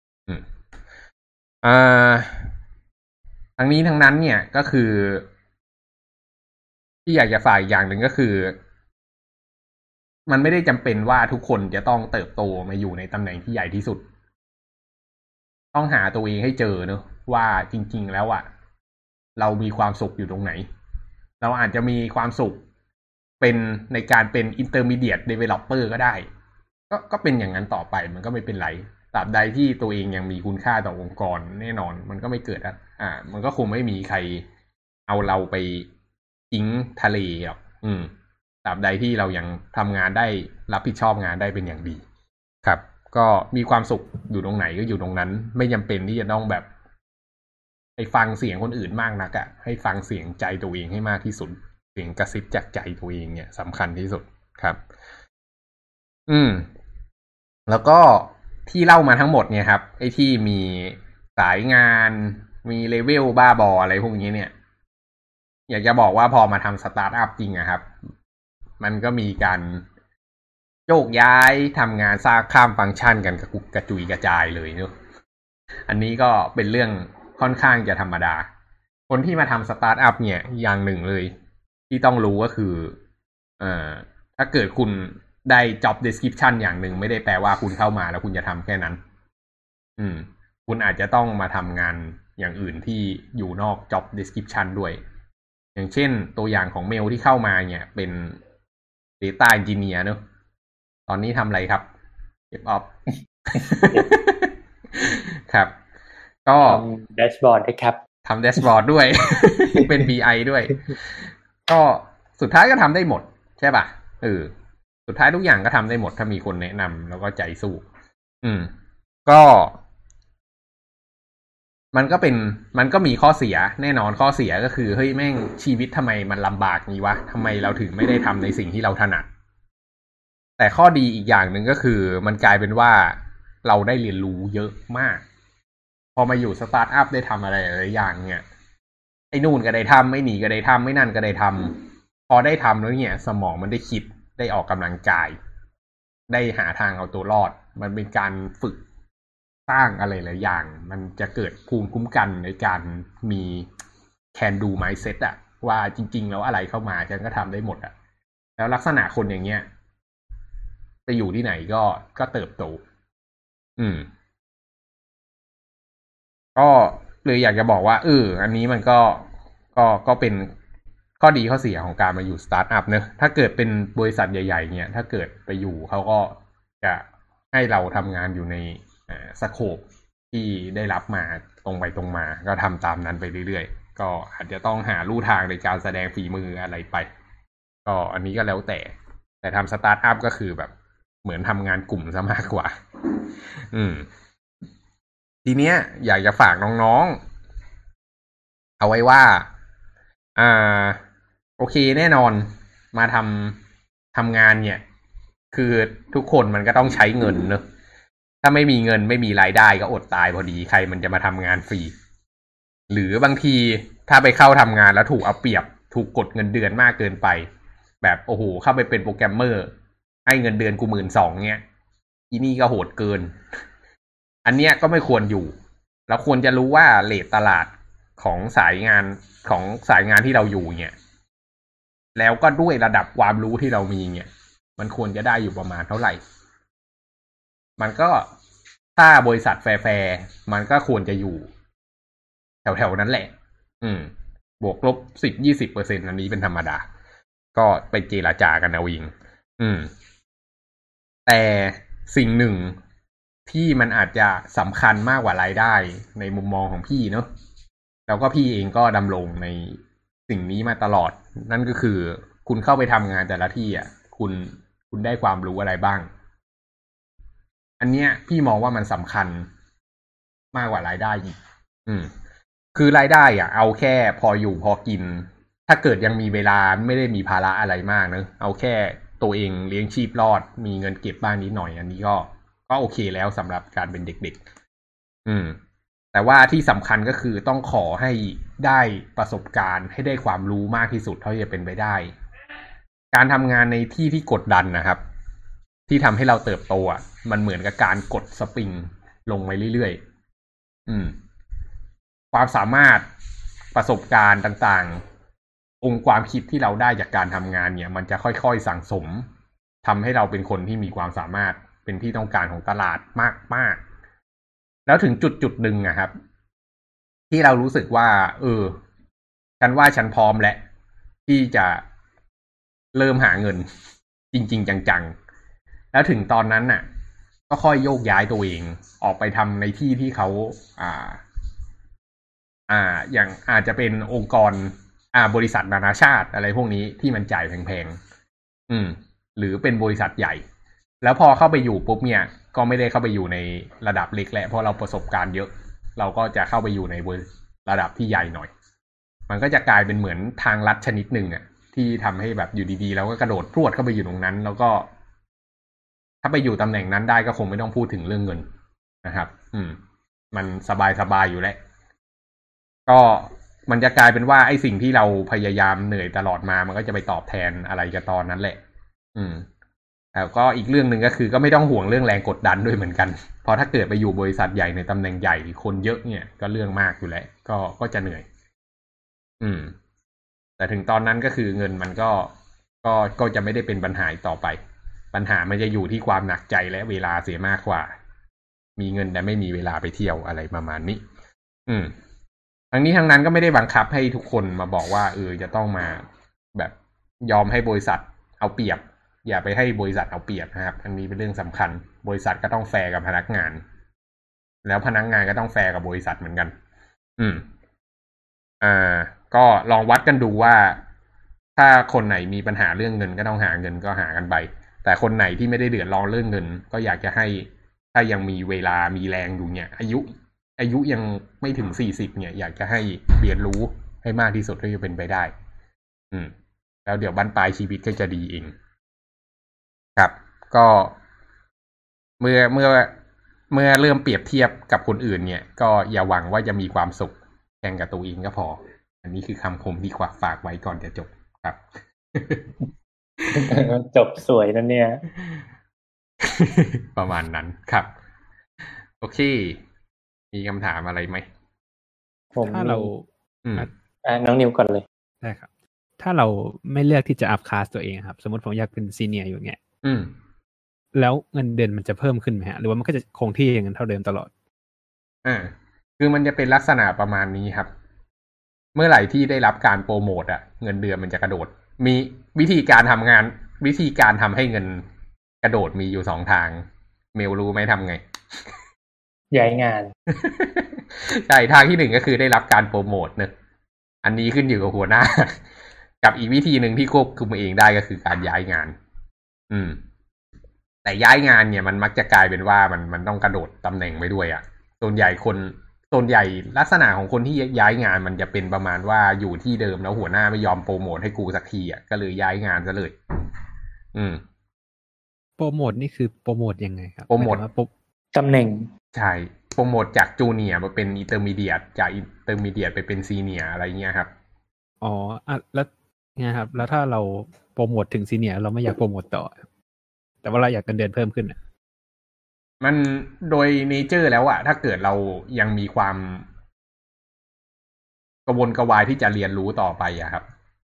ทั้งนี้ทั้งนั้นเนี่ยก็คือที่อยากจะฝากอีกอย่างหนึ่งก็คือมันไม่ได้จำเป็นว่าทุกคนจะต้องเติบโตมาอยู่ในตำแหน่งที่ใหญ่ที่สุดต้องหาตัวเองให้เจอเนอะว่าจริงๆแล้วอ่ะเรามีความสุขอยู่ตรงไหนเราอาจจะมีความสุขเป็นในการเป็น intermediate developer ก็ได้ก็เป็นอย่างนั้นต่อไปมันก็ไม่เป็นไรตราบใดที่ตัวเองยังมีคุณค่าต่อองค์กรแน่นอนมันก็ไม่เกิดมันก็คงไม่มีใครเอาเราไปทิ้งทะเลหรอกตราบใดที่เรายังทำงานได้รับผิดชอบงานได้เป็นอย่างดีครับก็มีความสุขอยู่ตรงไหนก็อยู่ตรงนั้นไม่จำเป็นที่จะต้องแบบให้ฟังเสียงคนอื่นมากนักให้ฟังเสียงใจตัวเองให้มากที่สุดเสียงกระซิบจากใจตัวเองเนี่ยสำคัญที่สุดครับแล้วก็ที่เล่ามาทั้งหมดเนี่ยครับไอ้ที่มีสายงานมีเลเวลบ้าบออะไรพวกนี้เนี่ยอยากจะบอกว่าพอมาทำสตาร์ทอัพจริงอะครับมันก็มีการโยกย้ายทำงานสร้างข้ามฟังก์ชันกันกระจุยกระจายเลยเนอะอันนี้ก็เป็นเรื่องค่อนข้างจะธรรมดาคนที่มาทำสตาร์ทอัพเนี่ยอย่างหนึ่งเลยที่ต้องรู้ก็คือถ้าเกิดคุณได้ job description อย่างหนึ่งไม่ได้แปลว่าคุณเข้ามาแล้วคุณจะทำแค่นั้นคุณอาจจะต้องมาทำงานอย่างอื่นที่อยู่นอก job description ด้วยอย่างเช่นตัวอย่างของเมลที่เข้ามาเนี่ยเป็น data engineer เนอะตอนนี้ทำอะไรครับเก็บออฟ ครับก็ทำแดชบอร์ดครับทำแดชบอร์ดด้วย เป็น BI ด้วยก็สุดท้ายก็ทำได้หมดใช่ป่ะสุดท้ายทุกอย่างก็ทำได้หมดถ้ามีคนแนะนำแล้วก็ใจสู้ก็มันก็มีข้อเสียแน่นอนข้อเสียก็คือเฮ้ยแม่งชีวิตทำไมมันลำบากงี้วะทำไมเราถึงไม่ได้ทำในสิ่งที่เราถนัดแต่ข้อดีอีกอย่างหนึ่งก็คือมันกลายเป็นว่าเราได้เรียนรู้เยอะมากพอมาอยู่สตาร์ทอัพได้ทำอะไรหลายอย่างเนี่ยไอ้นู่นก็ได้ทำไม่หนีก็ได้ทำไม่นั่นก็ได้ทำพอได้ทำแล้วเนี่ยสมองมันได้คิดได้ออกกำลังกายได้หาทางเอาตัวรอดมันเป็นการฝึกสร้างอะไรหลายอย่างมันจะเกิดภูมิคุ้มกันในการมี can do mindset อะว่าจริงๆแล้วอะไรเข้ามาฉันก็ทำได้หมดอะแล้วลักษณะคนอย่างเงี้ยไปอยู่ที่ไหนก็เติบโตก็เลยอยากจะบอกว่าอันนี้มันก็เป็นข้อดีข้อเสียของการมาอยู่สตาร์ทอัพเนอะถ้าเกิดเป็นบริษัทใหญ่ๆเนี่ยถ้าเกิดไปอยู่เขาก็จะให้เราทำงานอยู่ในสโคปที่ได้รับมาตรงไปตรงมาก็ทำตามนั้นไปเรื่อยๆก็อาจจะต้องหาลู่ทางในการแสดงฝีมืออะไรไปก็อันนี้ก็แล้วแต่ทำสตาร์ทอัพก็คือแบบเหมือนทำงานกลุ่มซะมากกว่าทีเนี้ยอยากจะฝากน้องๆเอาไว้ว่าโอเคแน่นอนมาทำงานเนี่ยคือทุกคนมันก็ต้องใช้เงินเนอะถ้าไม่มีเงินไม่มีรายได้ก็อดตายพอดีใครมันจะมาทำงานฟรีหรือบางทีถ้าไปเข้าทำงานแล้วถูกเอาเปรียบถูกกดเงินเดือนมากเกินไปแบบโอ้โหเข้าไปเป็นโปรแกรมเมอร์ให้เงินเดือนกู12,000เนี่ยอีนี่ก็โหดเกินอันเนี้ยก็ไม่ควรอยู่เราควรจะรู้ว่าเรทตลาดของสายงานที่เราอยู่เนี่ยแล้วก็ด้วยระดับความรู้ที่เรามีเนี่ยมันควรจะได้อยู่ประมาณเท่าไหร่มันก็ถ้าบริษัทแฟร์มันก็ควรจะอยู่แถวๆนั้นแหละบวกลบ10-20%อันนี้เป็นธรรมดาก็ไปเจรจากันเอาเองแต่สิ่งหนึ่งที่มันอาจจะสำคัญมากกว่ารายได้ในมุมมองของพี่เนอะแล้วก็พี่เองก็ดำรงในสิ่งนี้มาตลอดนั่นก็คือคุณเข้าไปทำงานแต่ละที่อ่ะคุณได้ความรู้อะไรบ้างอันเนี้ยพี่มองว่ามันสำคัญมากกว่ารายได้อีกคือรายได้อ่ะเอาแค่พออยู่พอกินถ้าเกิดยังมีเวลาไม่ได้มีภาระอะไรมากนะเอาแค่ตัวเองเลี้ยงชีพรอดมีเงินเก็บบ้างนิดหน่อยอันนี้ก็โอเคแล้วสำหรับการเป็นเด็กๆแต่ว่าที่สำคัญก็คือต้องขอให้ได้ประสบการณ์ให้ได้ความรู้มากที่สุดเท่าที่จะเป็นไปได้การทำงานในที่ที่กดดันนะครับที่ทำให้เราเติบโตอ่ะมันเหมือนกับการกดสปริงลงไปเรื่อยๆความสามารถประสบการณ์ต่างๆองค์ความคิดที่เราได้จากการทำงานเนี่ยมันจะค่อยๆสั่งสมทำให้เราเป็นคนที่มีความสามารถเป็นที่ต้องการของตลาดมากๆแล้วถึงจุดหนึ่งอะครับที่เรารู้สึกว่าฉันว่าฉันพร้อมแล้วที่จะเริ่มหาเงินจริงๆจังๆแล้วถึงตอนนั้นน่ะก็ค่อยโยกย้ายตัวเองออกไปทำในที่ที่เขาอย่างอาจจะเป็นองค์กรบริษัทนานาชาติอะไรพวกนี้ที่มันจ่ายแพงๆหรือเป็นบริษัทใหญ่แล้วพอเข้าไปอยู่ปุ๊บเนี่ยก็ไม่ได้เข้าไปอยู่ในระดับเล็กแล้วเพราะเราประสบการณ์เยอะเราก็จะเข้าไปอยู่ในระดับที่ใหญ่หน่อยมันก็จะกลายเป็นเหมือนทางลัดชนิดหนึ่งอ่ะที่ทำให้แบบอยู่ดีๆแล้วก็กระโดดพรวดเข้าไปอยู่ตรงนั้นแล้วก็ถ้าไปอยู่ตำแหน่งนั้นได้ก็คงไม่ต้องพูดถึงเรื่องเงินนะครับมันสบายๆอยู่แล้วก็มันจะกลายเป็นว่าไอ้สิ่งที่เราพยายามเหนื่อยตลอดมามันก็จะไปตอบแทนอะไรกับตอนนั้นแหละแล้วก็อีกเรื่องหนึ่งก็คือก็ไม่ต้องห่วงเรื่องแรงกดดันด้วยเหมือนกันเพราะถ้าเกิดไปอยู่บริษัทใหญ่ในตำแหน่งใหญ่คนเยอะเนี่ยก็เรื่องมากอยู่แล้วก็จะเหนื่อยแต่ถึงตอนนั้นก็คือเงินมันก็จะไม่ได้เป็นปัญหาต่อไปปัญหามันจะอยู่ที่ความหนักใจและเวลาเสียมากกว่ามีเงินแต่ไม่มีเวลาไปเที่ยวอะไรประมาณนี้ทั้งนี้ทั้งนั้นก็ไม่ได้บังคับให้ทุกคนมาบอกว่าจะต้องมาแบบยอมให้บริษัทเอาเปรียบอย่าไปให้บริษัทเอาเปรียบนะครับอันนี้เป็นเรื่องสำคัญบริษัทก็ต้องแฟร์กับพนักงานแล้วพนักงานก็ต้องแฟร์กับบริษัทเหมือนกันก็ลองวัดกันดูว่าถ้าคนไหนมีปัญหาเรื่องเงินก็ต้องหาเงินก็หากันไปแต่คนไหนที่ไม่ได้เดือดร้อนเรื่องเงินก็อยากจะให้ถ้ายังมีเวลามีแรงอยู่เนี่ยอายุยังไม่ถึง40เนี่ยอยากจะให้เรียนรู้ให้มากที่สุดเท่าที่เป็นไปได้แล้วเดี๋ยวบั้นปลายชีวิตก็จะดีเองครับก็เมื่อเริ่มเปรียบเทียบกับคนอื่นเนี่ยก็อย่าหวังว่าจะมีความสุขแข่งกับตัวเองก็พออันนี้คือคำคมที่ฝากไว้ก่อนจะจบครับจบสวยนะเนี่ยประมาณนั้นครับโอเคมีคำถามอะไรไหมถ้าเราน้องนิวก่อนเลยได้ครับถ้าเราไม่เลือกที่จะอัพคลาสตัวเองครับสมมติผมอยากเป็นซีเนียร์อยู่เงี้ยแล้วเงินเดือนมันจะเพิ่มขึ้นไหมฮะหรือว่ามันก็จะคงที่อย่างนั้นเท่าเดิมตลอดคือมันจะเป็นลักษณะประมาณนี้ครับเมื่อไหร่ที่ได้รับการโปรโมทเงินเดือนมันจะกระโดดมีวิธีการทำงานวิธีการทำให้เงินกระโดดมีอยู่2 ทางเมลรู้ไหมทำไงย้ายงานใช่ทางที่1ก็คือได้รับการโปรโมทเนอะอันนี้ขึ้นอยู่กับหัวหน้ากับอีกวิธีหนึ่งที่ควบคุมเองได้ก็คือการย้ายงานแต่ย้ายงานเนี่ยมันมักจะกลายเป็นว่ามันต้องกระโดดตำแหน่งไปด้วยส่วนใหญ่ลักษณะของคนที่ย้ายงานมันจะเป็นประมาณว่าอยู่ที่เดิมแล้วหัวหน้าไม่ยอมโปรโมทให้กูสักทีก็เลยย้ายงานซะเลยโปรโมทนี่คือโปรโมทยังไงครับโปรโมทตำแหน่งใช่โปรโมทจากจูเนียร์มาเป็นอินเตอร์มีเดียตจากอินเตอร์มีเดียตไปเป็นซีเนียร์อะไรเงี้ยครับอ๋อแล้วเนี่ยครับแล้วถ้าเราโปรโมทถึงซีเนียร์เราไม่อยากโปรโมทต่อแต่ว่าเราอยากเงินเดือนเพิ่มขึ้นมันโดยเนเจอร์แล้วถ้าเกิดเรายังมีความกระวนกระวายที่จะเรียนรู้ต่อไปครับ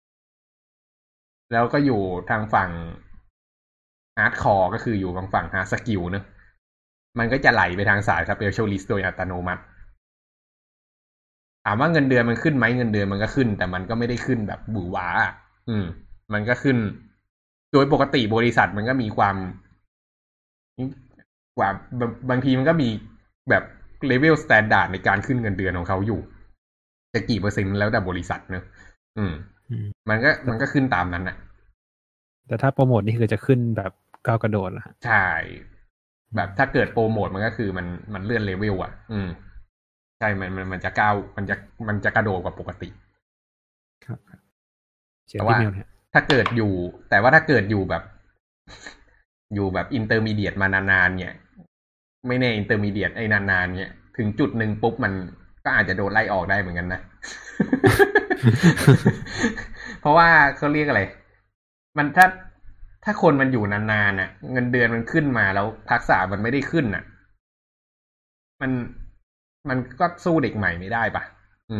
แล้วก็อยู่ทางฝั่งฮาร์ดคอร์ก็คืออยู่ทางฝั่งฮาร์ดสกิลเนอะมันก็จะไหลไปทางสายสเปเชียลิสต์โดยอัตโนมัติถามว่าเงินเดือนมันขึ้นไหมเงินเดือนมันก็ขึ้นแต่มันก็ไม่ได้ขึ้นแบบบูหวามันก็ขึ้นโดยปกติบริษัทมันก็มีความบางทีมันก็มีแบบเลเวลสแตนดาร์ดในการขึ้นเงินเดือนของเขาอยู่จะกี่เปอร์เซ็นต์แล้วแต่บริษัทเนอะมันก็ขึ้นตามนั้นแต่ถ้าโปรโมทนี่คือจะขึ้นแบบก้าวกระโดดนะใช่แบบถ้าเกิดโปรโมทมันก็คือมันเลื่อนเลเวลใช่มันจะก้าวมันจะกระโดดกว่าปกติครับแต่ว่าถ้าเกิดอยู่แต่ว่าถ้าเกิดอยู่แบบอินเตอร์มีเดียตมานานๆเนี่ยไม่แน่อินเตอร์มีเดียตนานๆเนี่ยถึงจุดหนึ่งปุ๊บมันก็อาจจะโดนไล่ออกได้เหมือนกันนะ เพราะว่าเขาเรียกอะไรมันถ้าคนมันอยู่นานๆเงินเดือนมันขึ้นมาแล้วทักษะมันไม่ได้ขึ้นมันก็สู้เด็กใหม่ไม่ได้ปะ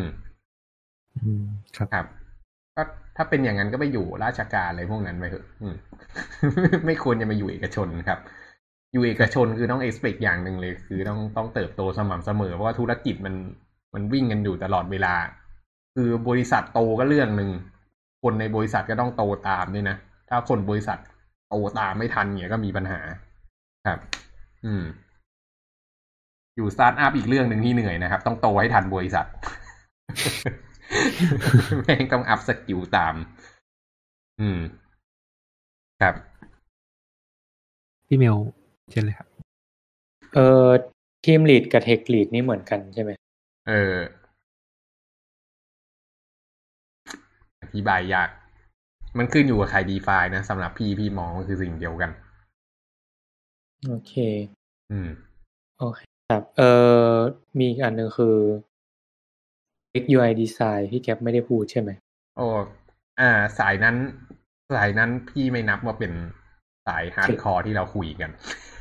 ครับก็ถ้าเป็นอย่างนั้นก็ไปอยู่ราชการอะไรพวกนั้นไปเถอะไม่ควรจะมาอยู่เอกชนครับอยู่เอกชนคือต้อง expect อย่างหนึ่งเลยคือต้องเติบโตสม่ำเสมอเพราะว่าธุรกิจมันวิ่งกันอยู่ตลอดเวลาคือบริษัทโตก็เรื่องนึงคนในบริษัทก็ต้องโตตามด้วยนะถ้าคนบริษัทโตตามไม่ทันเนี่ยก็มีปัญหาครับอยู่สตาร์ทอัพอีกเรื่องนึงที่เหนื่อยนะครับต้องโตให้ทันบริษัทแม่งต้องอัพสกิลตามครับพี่เมลเช่นเลยครับทีมลีดกับเทคลีดนี่เหมือนกันใช่ไหมอธิบายยากมันขึ้นอยู่กับใครดีไฟน์นะสำหรับพี่มองก็คือสิ่งเดียวกันโอเคโอเคครับมีอีกอันนึงคือ UI design พี่แก๊ปไม่ได้พูดใช่ไหมสายนั้นพี่ไม่นับว่าเป็นสายฮาร์ดคอร์ที่เราคุยกัน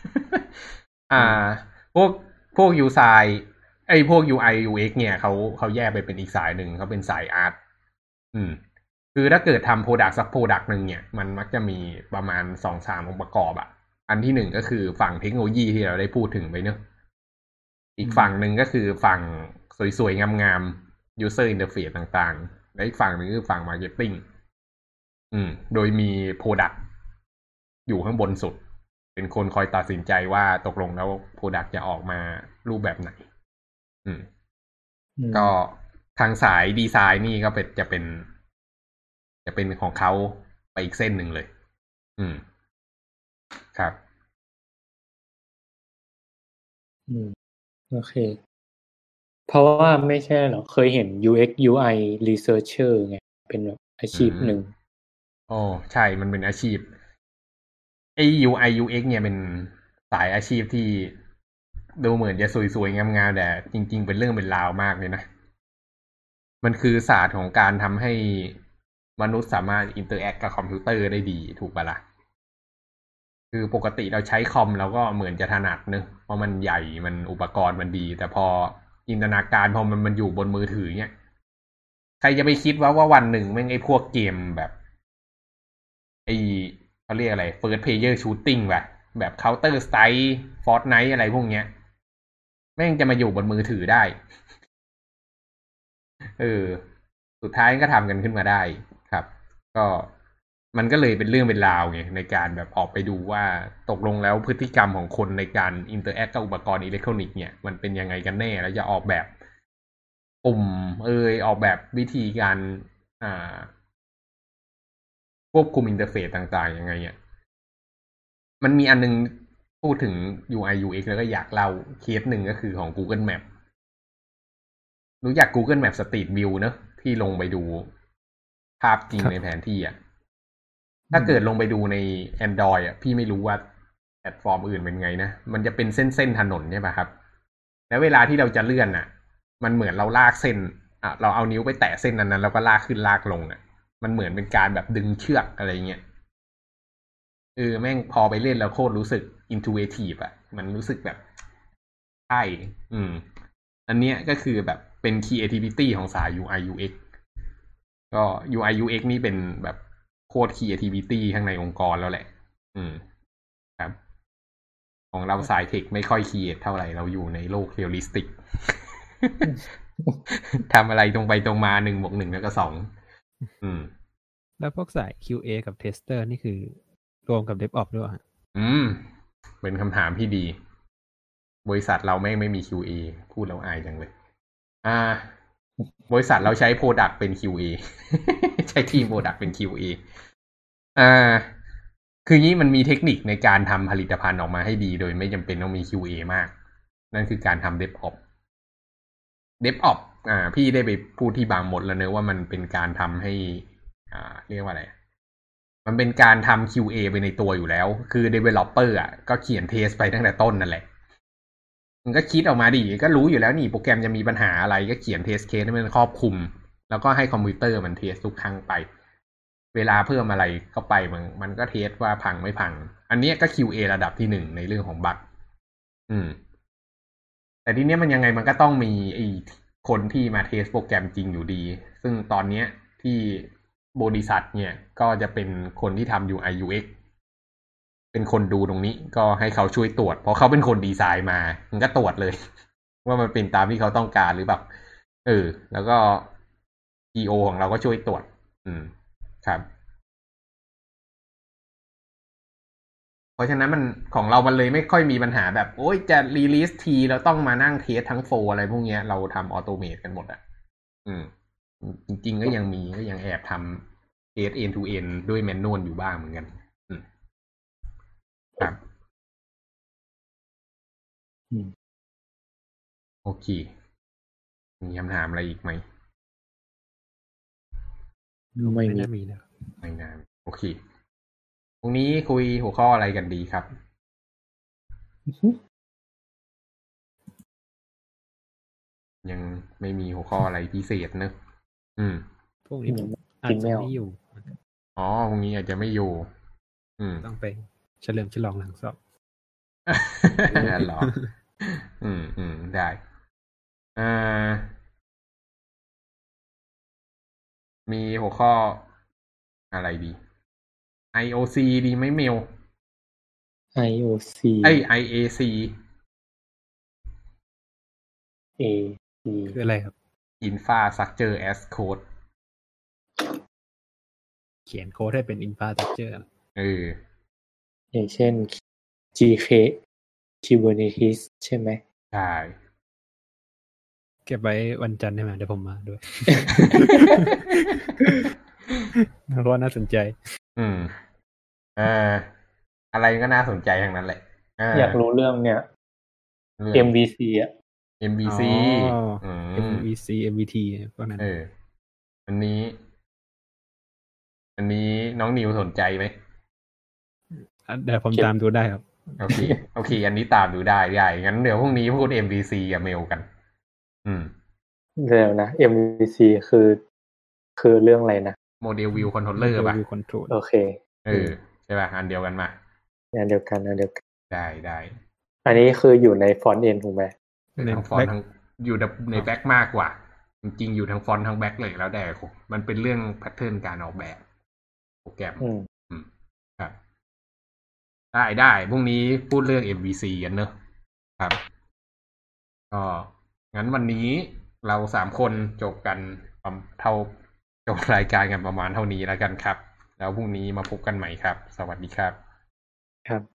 พวก UI พวก UI UX เนี่ยเขาแยกไปเป็นอีกสายหนึ่งเขาเป็นสายอาร์ตคือถ้าเกิดทำ product สัก product นึงเนี่ยมันมักจะมีประมาณ 2-3 องค์ประกอบอันที่1ก็คือฝั่งเทคโนโลยีที่เราได้พูดถึงไปเนอะอีกฝั่งหนึ่งก็คือฝั่งสวยๆงามๆ user interface ต่างๆและอีกฝั่งหนึ่งคือฝั่ง marketing โดยมี product อยู่ข้างบนสุดเป็นคนคอยตัดสินใจว่าตกลงแล้ว product จะออกมารูปแบบไหนก็ทางสายดีไซน์นี่ก็จะเป็นของเขาไปอีกเส้นหนึ่งเลยครับโอเคเพราะว่าไม่ใช่หรอเคยเห็น UX UI researcher ไงเป็นแบบอาชีพหนึ่งใช่มันเป็นอาชีพไอ้ UI UX เนี่ยเป็นสายอาชีพที่ดูเหมือนจะสวยๆงามๆแต่จริงๆเป็นเรื่องเป็นราวมากเลยนะมันคือศาสตร์ของการทำให้มนุษย์สามารถอินเตอร์แอคกับคอมพิวเตอร์ได้ดีถูกปะล่ะคือปกติเราใช้คอมเราก็เหมือนจะถนัดเนอะเพราะมันใหญ่มันอุปกรณ์มันดีแต่พอจินตนาการพอมันอยู่บนมือถือเนี่ยใครจะไปคิดว่าวันหนึ่งแม่งไอ้พวกเกมแบบไอ้เขาเรียกอะไร First Player Shooting แบบ Counter Strike Fortnite อะไรพวกเนี้ยแม่งจะมาอยู่บนมือถือได้สุดท้ายก็ทำกันขึ้นมาได้ครับก็มันก็เลยเป็นเรื่องเป็นราวไงในการแบบออกไปดูว่าตกลงแล้วพฤติกรรมของคนในการอินเตอร์แอคกับอุปกรณ์อิเล็กทรอนิกส์เนี่ยมันเป็นยังไงกันแน่แล้วจะออกแบบปุ่มออกแบบวิธีการควบคุมอินเทอร์เฟซต่างๆยังไงเนี่ยมันมีอันนึงพูดถึง UI UX แล้วก็อยากเล่าเคสหนึ่งก็คือของ Google Map รู้จัก Google Map Street View เนอะที่ลงไปดูภาพจริงในแผนที่อ่ะถ้าเกิดลงไปดูใน Android อ่ะพี่ไม่รู้ว่าแพลตฟอร์มอื่นเป็นไงนะมันจะเป็นเส้นถนนใช่ป่ะครับแล้วเวลาที่เราจะเลื่อนอ่ะมันเหมือนเราลากเส้นเราเอานิ้วไปแตะเส้นนั้นแล้วก็ลากขึ้นลากลงอ่ะมันเหมือนเป็นการแบบดึงเชือกอะไรเงี้ยแม่งพอไปเล่นแล้วโคตรรู้สึก intuitive อ่ะมันรู้สึกแบบใช่อันเนี้ยก็คือแบบเป็น creativity ของสาย UI UX ก็ UI UX นี่เป็นแบบโคตร creativity ข้างในองค์กรแล้วแหละครับของเราสายเทคไม่ค่อย create เท่าไหร่เราอยู่ในโลกเรียลลิสติก ทำอะไรตรงไปตรงมา1+1แล้วก็2 แล้วพวกสาย QA กับ Tester นี่คือรวมกับ DevOps ด้วยฮะเป็นคำถามที่ดีบริษัทเราไม่มี QA พูดแล้วอายจังเลยบริษัทเราใช้ Product เป็น QA ใช้ทีม Product เป็น QA คือนี้มันมีเทคนิคในการทำผลิตภัณฑ์ออกมาให้ดีโดยไม่จำเป็นต้องมี QA มากนั่นคือการทำ DevOps พี่ได้ไปพูดที่บางหมดแล้วเนอะว่ามันเป็นการทำให้เรียกว่าอะไรมันเป็นการทำ QA ไปในตัวอยู่แล้วคือ developer ก็เขียนเทสไปตั้งแต่ต้นนั่นแหละมันก็คิดออกมาดิก็รู้อยู่แล้วนี่โปรแกรมจะมีปัญหาอะไรก็เขียนเทสเคสให้มันครอบคลุมแล้วก็ให้คอมพิวเตอร์มันเทสทุกครั้งไปเวลาเพิ่มอะไรเข้าไปมันก็เทสว่าพังไม่พังอันนี้ก็ QA ระดับที่1ในเรื่องของบั๊กแต่ทีนี้มันยังไงมันก็ต้องมีไอ้คนที่มาเทสโปรแกรมจริงอยู่ดีซึ่งตอนนี้ที่บริษัทเนี่ยก็จะเป็นคนที่ทำ UI UX เป็นคนดูตรงนี้ก็ให้เขาช่วยตรวจเพราะเขาเป็นคนดีไซน์มามันก็ตรวจเลยว่ามันเป็นตามที่เขาต้องการหรือเปล่าแล้วก็ EO ของเราก็ช่วยตรวจครับเพราะฉะนั้นมันของเรามันเลยไม่ค่อยมีปัญหาแบบโอ๊ยจะรีลีสทีเราต้องมานั่งเทสทั้งโฟอะไรพวกเนี้ยเราทำออโตเมตกันหมดจริงๆก็ยังแอบทำเทส end to end ด้วยแมนนวลอยู่บ้างเหมือนกันครับโอเคมีคำถามอะไรอีกไหมไม่มีนะไม่นานโอเคพรุ่งนี้คุยหัวข้ออะไรกันดีครับยังไม่มีหัวข้ออะไรพิเศษเนอะพวกนี้อาจจะไม่อยู่พรุ่งนี้อาจจะไม่อยู่ต้องไปเฉลิมฉลองหลังสอบหรอได้มีหัวข้ออะไรดี IOC ดีไหมเมล IOC IAC คืออะไรครับ Infrastructure as Code เขียนโค้ดให้เป็น Infrastructure อย่างเช่น GK Kubernetes ใช่ไหมใช่เก็บไว้วันจันทร์ได้ไหมเดี๋ยวผมมาด้วยเพราะน่าสนใจอะไรก็น่าสนใจทั้งนั้นแหละอยากรู้เรื่องเนี่ย MVC MVC MVC MVT พวกนั้นอันนี้น้องนิวสนใจไหมเดี๋ยวผมตามดูได้ครับโอเคอันนี้ตามดูได้งั้นเดี๋ยวพรุ่งนี้พูด MVC กับเมลกันเดี๋ยวนะ MVC คือเรื่องอะไรนะโมเดลวิวคอนโทรลเลอร์ป่ะโอเคใช่ป่ะอันเดียวกันมาอันเดียวกันได้อันนี้คืออยู่ในฟอนต์เอ็นถูกไหมทั้งฟอนต์ทั้งอยู่ในแบ็คมากกว่าจริงๆอยู่ทั้งฟอนต์ทั้งแบ็คเลยแล้วแต่มันเป็นเรื่องแพทเทิร์นการออกแบบโปรแกรมครับได้พรุ่งนี้พูดเรื่อง MVC กันเนอะครับก็งั้นวันนี้เรา3 คนจบกันจบรายการกันประมาณเท่านี้แล้วกันครับแล้วพรุ่งนี้มาพบกันใหม่ครับสวัสดีครับ